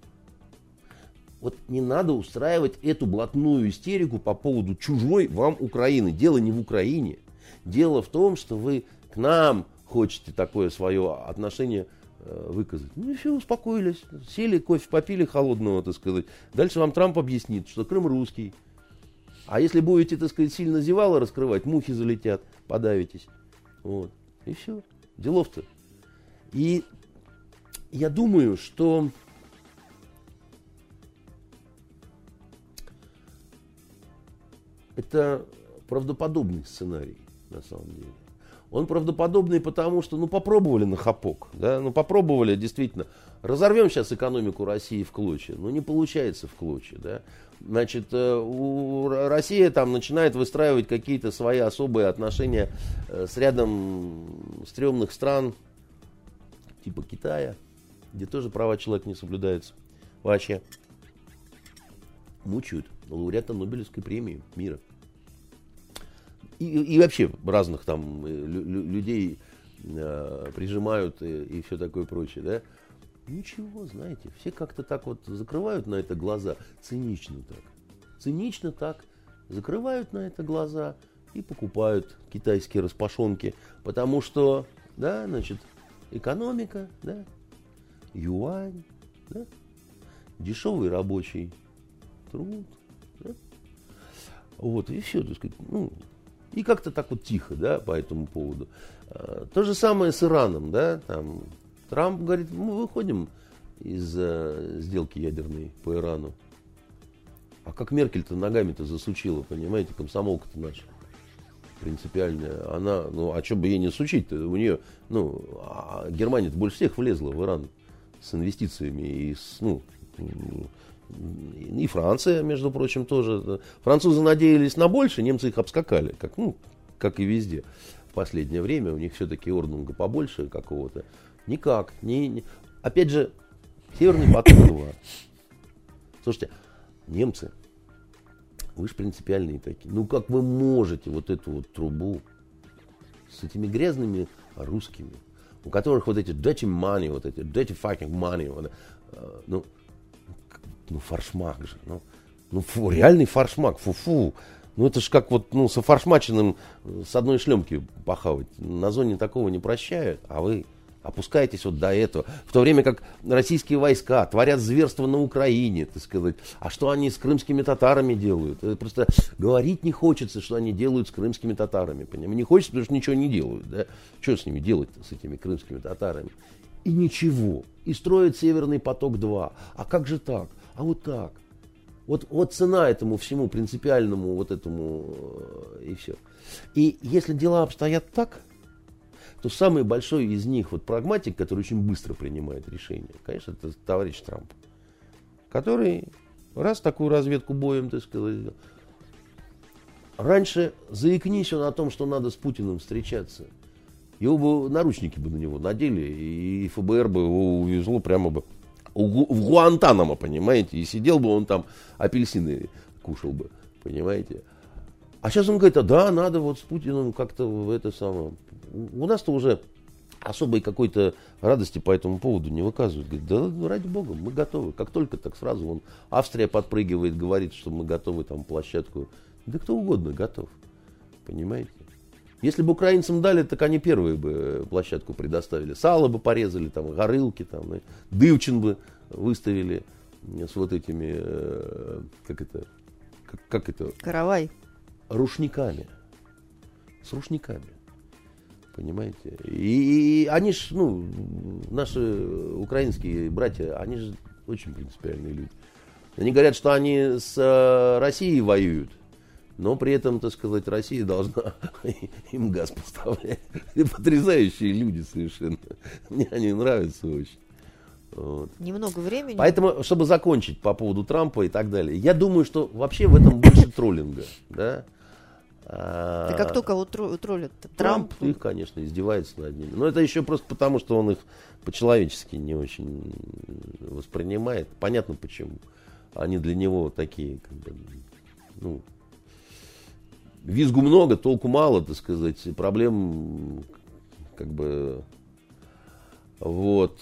вот не надо устраивать эту блатную истерику по поводу чужой вам Украины. Дело не в Украине. Дело в том, что вы к нам хотите такое свое отношение выказать. Ну и все, успокоились. Сели, кофе попили холодного, так сказать. Дальше вам Трамп объяснит, что Крым русский. А если будете, так сказать, сильно зевало раскрывать, мухи залетят, подавитесь. Вот. И все. Делов-то. И я думаю, что это правдоподобный сценарий, на самом деле. Он правдоподобный потому, что, попробовали на хапок, да, попробовали действительно. Разорвем сейчас экономику России в клочья, не получается в клочья, да. Значит, Россия там начинает выстраивать какие-то свои особые отношения с рядом стрёмных стран, типа Китая, где тоже права человека не соблюдаются. Вообще мучают лауреата Нобелевской премии мира. И вообще разных там людей прижимают и все такое прочее, да? Ничего, знаете, все как-то так вот закрывают на это глаза, цинично так, закрывают на это глаза и покупают китайские распашонки, потому что, да, значит, экономика, да, юань, да, дешевый рабочий труд, да, вот, и все, так сказать, ну, и как-то так вот тихо, да, по этому поводу. То же самое с Ираном, да, там, Трамп говорит, мы выходим из сделки ядерной по Ирану. А как Меркель-то ногами-то засучила, понимаете, комсомолка-то наша принципиальная. Она, ну, а что бы ей не сучить-то? У нее, ну, Германия-то больше всех влезла в Иран с инвестициями. И, и Франция, между прочим, тоже. Французы надеялись на больше, немцы их обскакали, как и везде. В последнее время у них все-таки орднунга побольше какого-то. Никак. Опять же, Северный поток-2. Слушайте, немцы, вы же принципиальные такие. Ну как вы можете вот эту вот трубу с этими грязными русскими, у которых вот эти dirty money, вот эти dirty fucking money, вот, ну фаршмак же, реальный фаршмак, фу-фу. Ну это же как вот, ну, со фаршмаченным с одной шлемки похавать. На зоне такого не прощают, а вы опускаетесь вот до этого. В то время как российские войска творят зверство на Украине, так сказать. А что они с крымскими татарами делают? Это просто говорить не хочется, что они делают с крымскими татарами. Понимаете? Не хочется, потому что ничего не делают. Да? Что с ними делать-то, с этими крымскими татарами? И ничего. И строят Северный поток-2. А как же так? А вот так. Вот цена этому всему принципиальному вот этому и все. И если дела обстоят так, то самый большой из них, вот прагматик, который очень быстро принимает решения, конечно, это товарищ Трамп, который раз такую разведку боем, так сказать, раньше заикнись он о том, что надо с Путиным встречаться, его бы наручники бы на него надели, и ФБР бы его увезло прямо бы в Гуантанамо, понимаете, и сидел бы он там, апельсины кушал бы, понимаете. А сейчас он говорит, да, надо вот с Путиным как-то в это самое. У нас-то уже особой какой-то радости по этому поводу не выказывают. Говорит, да ради бога, мы готовы. Как только, так сразу вон Австрия подпрыгивает, говорит, что мы готовы там площадку. Да кто угодно готов, понимаете. Если бы украинцам дали, так они первые бы площадку предоставили. Сало бы порезали, там, горылки, там, Дывчин бы выставили с вот этими, как это? Каравай. Рушниками. С рушниками. Понимаете? И они ж, ну, наши украинские братья, они же очень принципиальные люди. Они говорят, что они с Россией воюют, но при этом, так сказать, Россия должна им газ поставлять. Потрясающие люди совершенно. Мне они нравятся очень. Вот. Немного времени. Поэтому, чтобы закончить по поводу Трампа и так далее, я думаю, что вообще в этом больше троллинга. Да? Так а кто кого троллит? Трамп их, конечно, издевается над ними. Но это еще просто потому, что он их по-человечески не очень воспринимает. Понятно почему. Они для него такие, как бы, ну, визгу много, толку мало, так сказать, проблем, как бы, вот,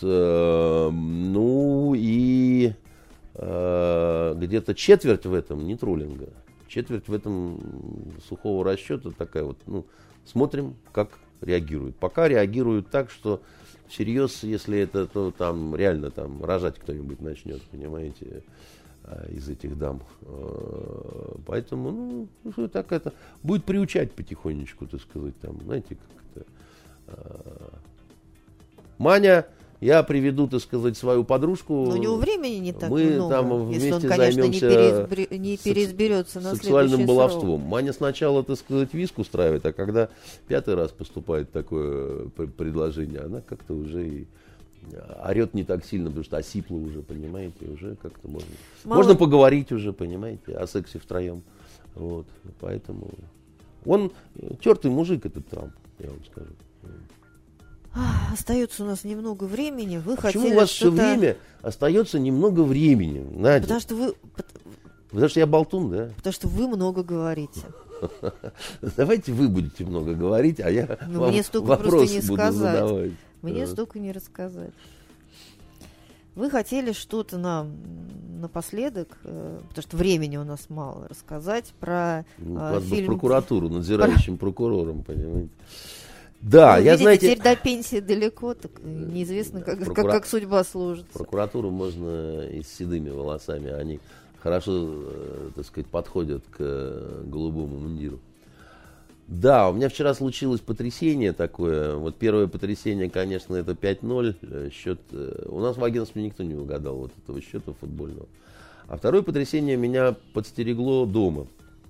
ну и где-то четверть в этом не троллинга. Четверть в этом сухого расчета такая вот, ну, смотрим, как реагируют. Пока реагируют так, что всерьез, если это, то там реально там рожать кто-нибудь начнет, понимаете, из этих дам. Поэтому, ну, так это будет приучать потихонечку, так сказать, там, знаете, как-то. Маня, я приведу, так сказать, свою подружку. Но у него времени не так мы много, там если он, вместе конечно, займемся не переизберется на сексуальным баловством. срок. Маня сначала, так сказать, виск устраивает, а когда 5-й раз поступает такое предложение, она как-то уже и орет не так сильно, потому что осипла уже, понимаете, уже как-то можно поговорить уже, понимаете, о сексе втроем. Вот, поэтому он тертый мужик, этот Трамп, я вам скажу. Остается у нас немного времени. Вы почему хотели у вас все время остается немного времени, Надя? Потому что я болтун, да? Потому что вы много говорите. Давайте вы будете много говорить, а я вам мне столько вопросы не буду сказать. задавать. Мне столько не рассказать. Вы хотели что-то нам напоследок, потому что времени у нас мало, рассказать про Вас бы в фильм... прокуратуру, надзирающим прокурором, понимаете. Да, Ну, я, видите, знаете... теперь до пенсии далеко, так неизвестно, как судьба сложится. Прокуратуру можно и с седыми волосами, они хорошо, так сказать, подходят к голубому мундиру. Да, у меня вчера случилось потрясение такое. Вот первое потрясение, конечно, это 5-0. Счет... У нас в агентстве никто не угадал вот этого счета футбольного. А второе потрясение меня подстерегло дома.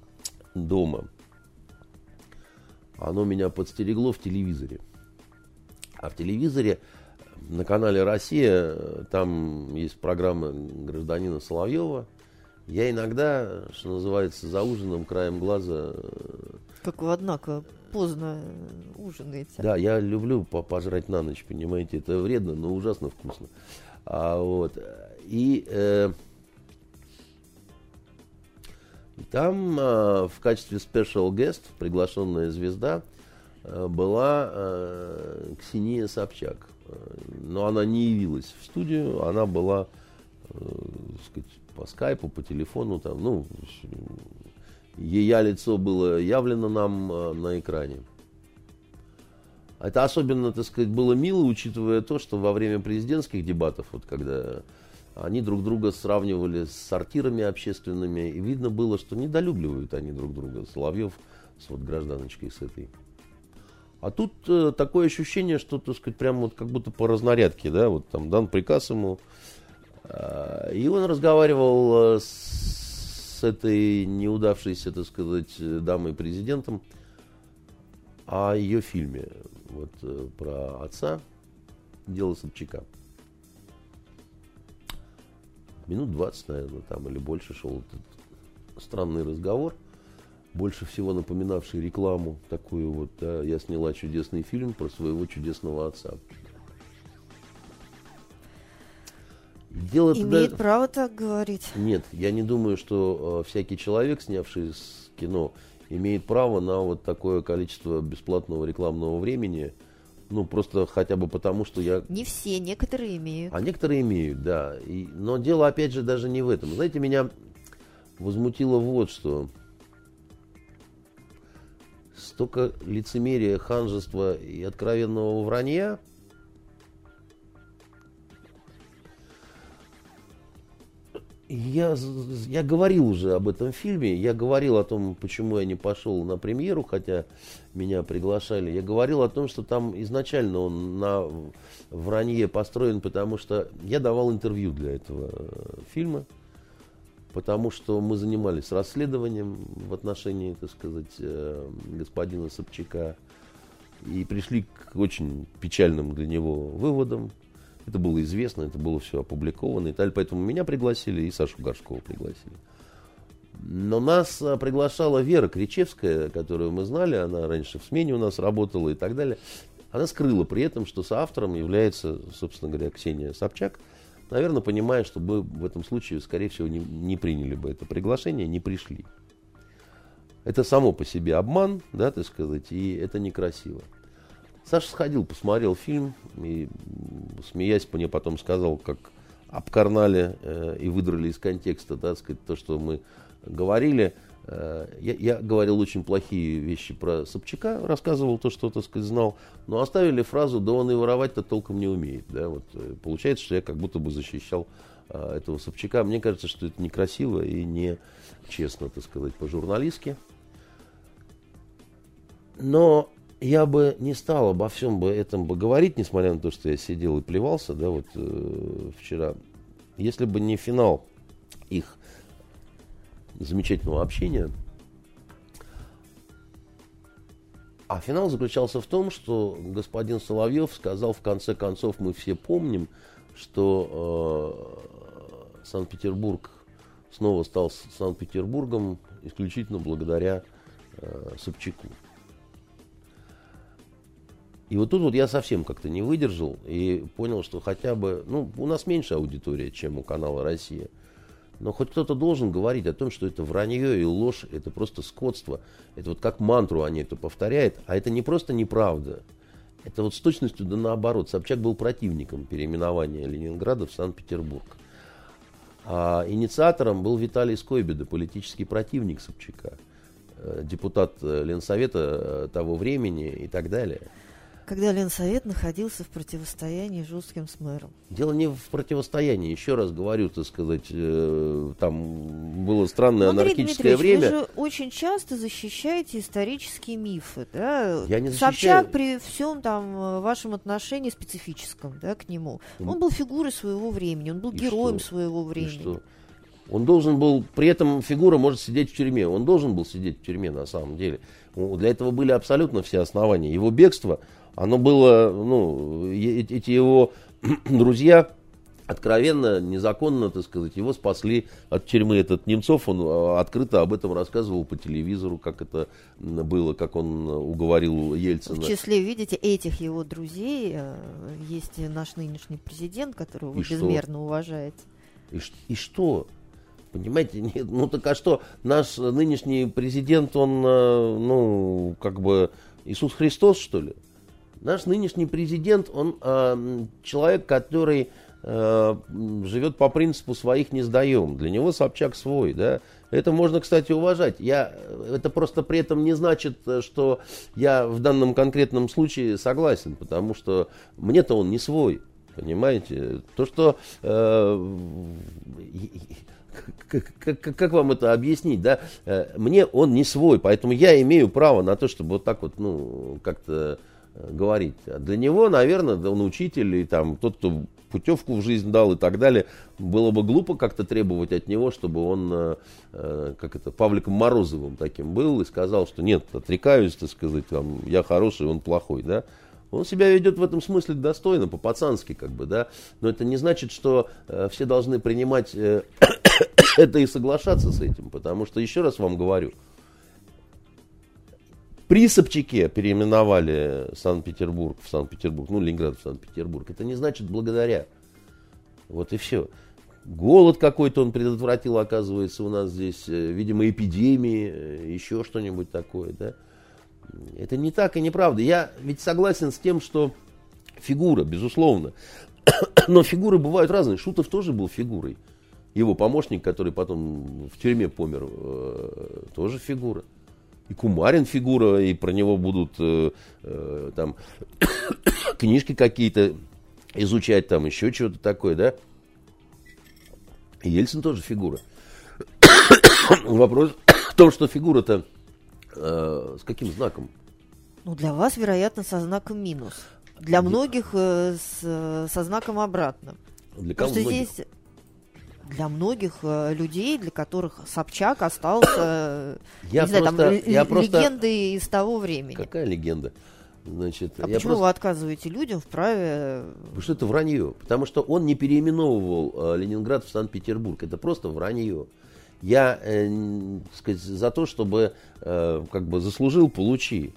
Оно меня подстерегло в телевизоре. А в телевизоре на канале «Россия» там есть программа гражданина Соловьева. Я иногда, что называется, за ужином краем глаза... Как вы, однако, поздно ужинаете. Да, я люблю пожрать на ночь, понимаете. Это вредно, но ужасно вкусно. И там в качестве special guest, приглашенная звезда, была Ксения Собчак. Но она не явилась в студию, она была, так сказать, по скайпу, по телефону, там, ну, ее лицо было явлено нам на экране. Это особенно, так сказать, было мило, учитывая то, что во время президентских дебатов, вот когда они друг друга сравнивали с сортирами общественными, и видно было, что недолюбливают они друг друга. Соловьев с вот гражданочкой с этой. А тут такое ощущение, что, так сказать, прям вот как будто по разнарядке, да, вот там дан приказ ему. И он разговаривал с этой неудавшейся, так сказать, дамой-президентом о ее фильме. Вот про отца, дело Собчака. Минут 20, наверное, там или больше шел этот странный разговор. Больше всего напоминавший рекламу такую вот. Да, я сняла чудесный фильм про своего чудесного отца. Имеет право так говорить? Нет, я не думаю, что всякий человек, снявший кино, имеет право на вот такое количество бесплатного рекламного времени. Ну, просто хотя бы потому, что я... Не все, некоторые имеют. А некоторые имеют, да. Но дело, опять же, даже не в этом. Знаете, меня возмутило вот что. Столько лицемерия, ханжества и откровенного вранья. Я говорил уже об этом фильме, я говорил о том, почему я не пошел на премьеру, хотя меня приглашали. Я говорил о том, что там изначально он на вранье построен, потому что я давал интервью для этого фильма, потому что мы занимались расследованием в отношении, так сказать, господина Собчака и пришли к очень печальным для него выводам. Это было известно, это было все опубликовано и так далее. Поэтому меня пригласили и Сашу Горшкова пригласили. Но нас приглашала Вера Кричевская, которую мы знали. Она раньше в смене у нас работала и так далее. Она скрыла при этом, что соавтором является, собственно говоря, Ксения Собчак. Наверное, понимая, что мы в этом случае, скорее всего, не приняли бы это приглашение, не пришли. Это само по себе обман, да, так сказать, и это некрасиво. Саша сходил, посмотрел фильм и, смеясь, мне потом сказал, как обкарнали и выдрали из контекста, да, сказать, то, что мы говорили. Я говорил очень плохие вещи про Собчака, рассказывал то, что, так сказать, знал, но оставили фразу «да он и воровать-то толком не умеет». Да, вот, получается, что я как будто бы защищал этого Собчака. Мне кажется, что это некрасиво и не честно, так сказать, по-журналистски. Но я бы не стал обо всем бы этом бы говорить, несмотря на то, что я сидел и плевался, да, вот вчера. Если бы не финал их замечательного общения. А финал заключался в том, что господин Соловьев сказал, в конце концов, мы все помним, что Санкт-Петербург снова стал Санкт-Петербургом исключительно благодаря Собчаку. И вот тут вот я совсем как-то не выдержал и понял, что хотя бы, ну, у нас меньше аудитория, чем у канала «Россия». Но хоть кто-то должен говорить о том, что это вранье и ложь, это просто скотство. Это вот как мантру они это повторяют, а это не просто неправда. Это вот с точностью да наоборот. Собчак был противником переименования Ленинграда в Санкт-Петербург. А инициатором был Виталий Скойбеда, политический противник Собчака, депутат Ленсовета того времени и так далее. Когда Ленсовет находился в противостоянии жестким с мэром. Дело не в противостоянии, еще раз говорю, так сказать, там было странное анархическое время. Вы же очень часто защищаете исторические мифы, да? Я не защищаю. Собчак при всем там вашем отношении специфическом, да, к нему, он был фигурой своего времени, он был героем своего времени. И что? Он должен был, при этом фигура может сидеть в тюрьме, он должен был сидеть в тюрьме на самом деле. Для этого были абсолютно все основания. Его бегство, оно было, эти его друзья откровенно, незаконно, так сказать, его спасли от тюрьмы. Этот Немцов, он открыто об этом рассказывал по телевизору, как это было, как он уговорил Ельцина. В числе, видите, этих его друзей есть наш нынешний президент, которого вы безмерно уважаете. И что? Понимаете, нет, так а что, наш нынешний президент, он, как бы Иисус Христос, что ли? Наш нынешний президент, он человек, который живет по принципу «своих не сдаем». Для него Собчак свой, да. Это можно, кстати, уважать. Это просто при этом не значит, что я в данном конкретном случае согласен, потому что мне-то он не свой, понимаете. То, что... Как вам это объяснить, да? Мне он не свой, поэтому я имею право на то, чтобы вот так вот, как-то говорить. А для него, наверное, он учитель, и там тот, кто путевку в жизнь дал и так далее, было бы глупо как-то требовать от него, чтобы он, Павликом Морозовым таким был и сказал, что нет, отрекаюсь, так сказать, там, я хороший, он плохой, да? Он себя ведет в этом смысле достойно, по-пацански, как бы, да. Но это не значит, что все должны принимать это и соглашаться с этим. Потому что, еще раз вам говорю, при Собчаке переименовали Санкт-Петербург в Санкт-Петербург, Ленинград в Санкт-Петербург. Это не значит благодаря. Вот и все. Голод какой-то он предотвратил, оказывается, у нас здесь. Видимо, эпидемии, еще что-нибудь такое, да. Это не так и неправда. Я ведь согласен с тем, что фигура, безусловно. Но фигуры бывают разные. Шутов тоже был фигурой. Его помощник, который потом в тюрьме помер, тоже фигура. И Кумарин фигура, и про него будут там книжки какие-то изучать, там еще что-то такое, да. И Ельцин тоже фигура. Вопрос в том, что фигура-то с каким знаком? Для вас, вероятно, со знаком минус. Для многих со знаком обратно. Для кого? Здесь для многих людей, для которых Собчак остался легендой из того времени. Какая легенда? Значит, почему вы отказываете людям в праве? Потому что это вранье. Потому что он не переименовывал Ленинград в Санкт-Петербург. Это просто вранье. Я, сказать, за то, чтобы заслужил, получи.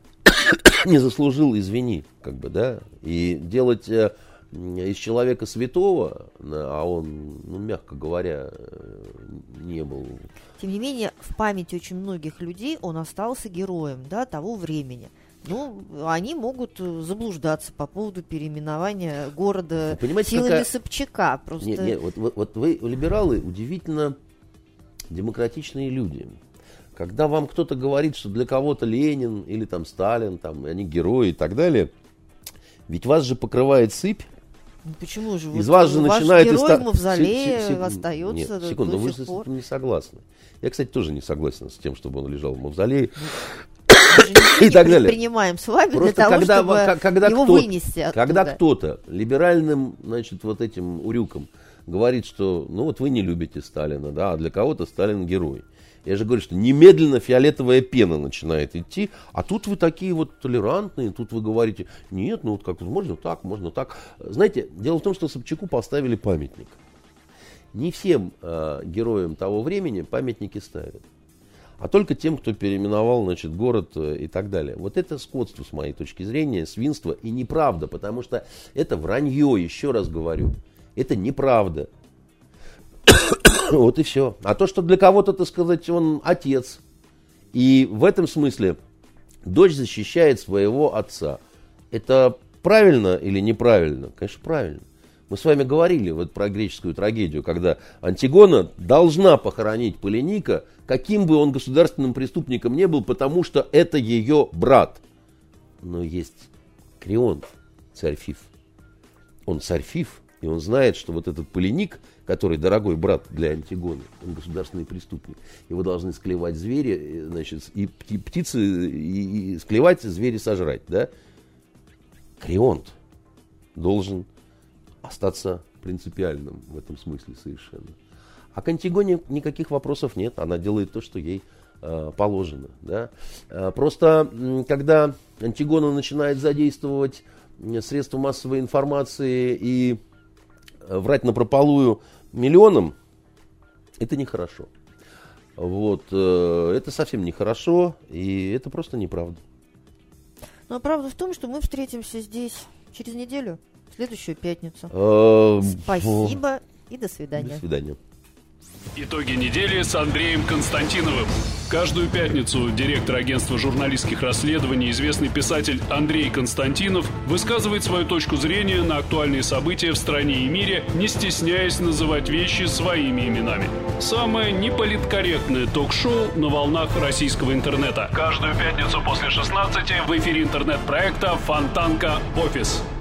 Не заслужил, извини, да. И делать из человека святого, а он, мягко говоря, не был. Тем не менее, в памяти очень многих людей он остался героем, да, того времени. Они могут заблуждаться по поводу переименования города силами Собчака. Просто... Нет, вот вы, либералы, удивительно демократичные люди. Когда вам кто-то говорит, что для кого-то Ленин или там Сталин, там, они герои и так далее, ведь вас же покрывает сыпь. Почему же? Из вас же начинает герой в мавзолее остается Нет, секунду, вы с этим не согласны. Я, кстати, тоже не согласен с тем, чтобы он лежал в мавзолее. И так далее. Принимаем с вами просто для того, чтобы его вынести оттуда. Когда кто-то либеральным, вот этим урюком говорит, что, вы не любите Сталина, да, а для кого-то Сталин герой. Я же говорю, что немедленно фиолетовая пена начинает идти, а тут вы такие вот толерантные, тут вы говорите, нет, можно так. Знаете, дело в том, что Собчаку поставили памятник. Не всем героям того времени памятники ставят, а только тем, кто переименовал, город и так далее. Вот это скотство, с моей точки зрения, свинство и неправда, потому что это вранье, еще раз говорю, это неправда. Вот и все. А то, что для кого-то, так сказать, он отец, и в этом смысле дочь защищает своего отца, это правильно или неправильно? Конечно, правильно. Мы с вами говорили вот про греческую трагедию, когда Антигона должна похоронить Полиника, каким бы он государственным преступником не был, потому что это ее брат. Но есть Крион, царь Фиф. Он царь Фиф, и он знает, что вот этот Полиник, который дорогой брат для Антигоны, он государственный преступник. Его должны склевать звери, значит, и птицы, и склевать, звери сожрать. Да? Крионт должен остаться принципиальным в этом смысле совершенно. А к Антигоне никаких вопросов нет. Она делает то, что ей положено. Да? Просто когда Антигона начинает задействовать средства массовой информации и врать напропалую миллионам, это нехорошо. Вот, это совсем нехорошо, и это просто неправда. Но правда в том, что мы встретимся здесь через неделю, в следующую пятницу. Спасибо и до свидания. До свидания. Итоги недели с Андреем Константиновым. Каждую пятницу директор агентства журналистских расследований, известный писатель Андрей Константинов, высказывает свою точку зрения на актуальные события в стране и мире, не стесняясь называть вещи своими именами. Самое неполиткорректное ток-шоу на волнах российского интернета. Каждую пятницу после 16 в эфире интернет-проекта «Фонтанка Офис».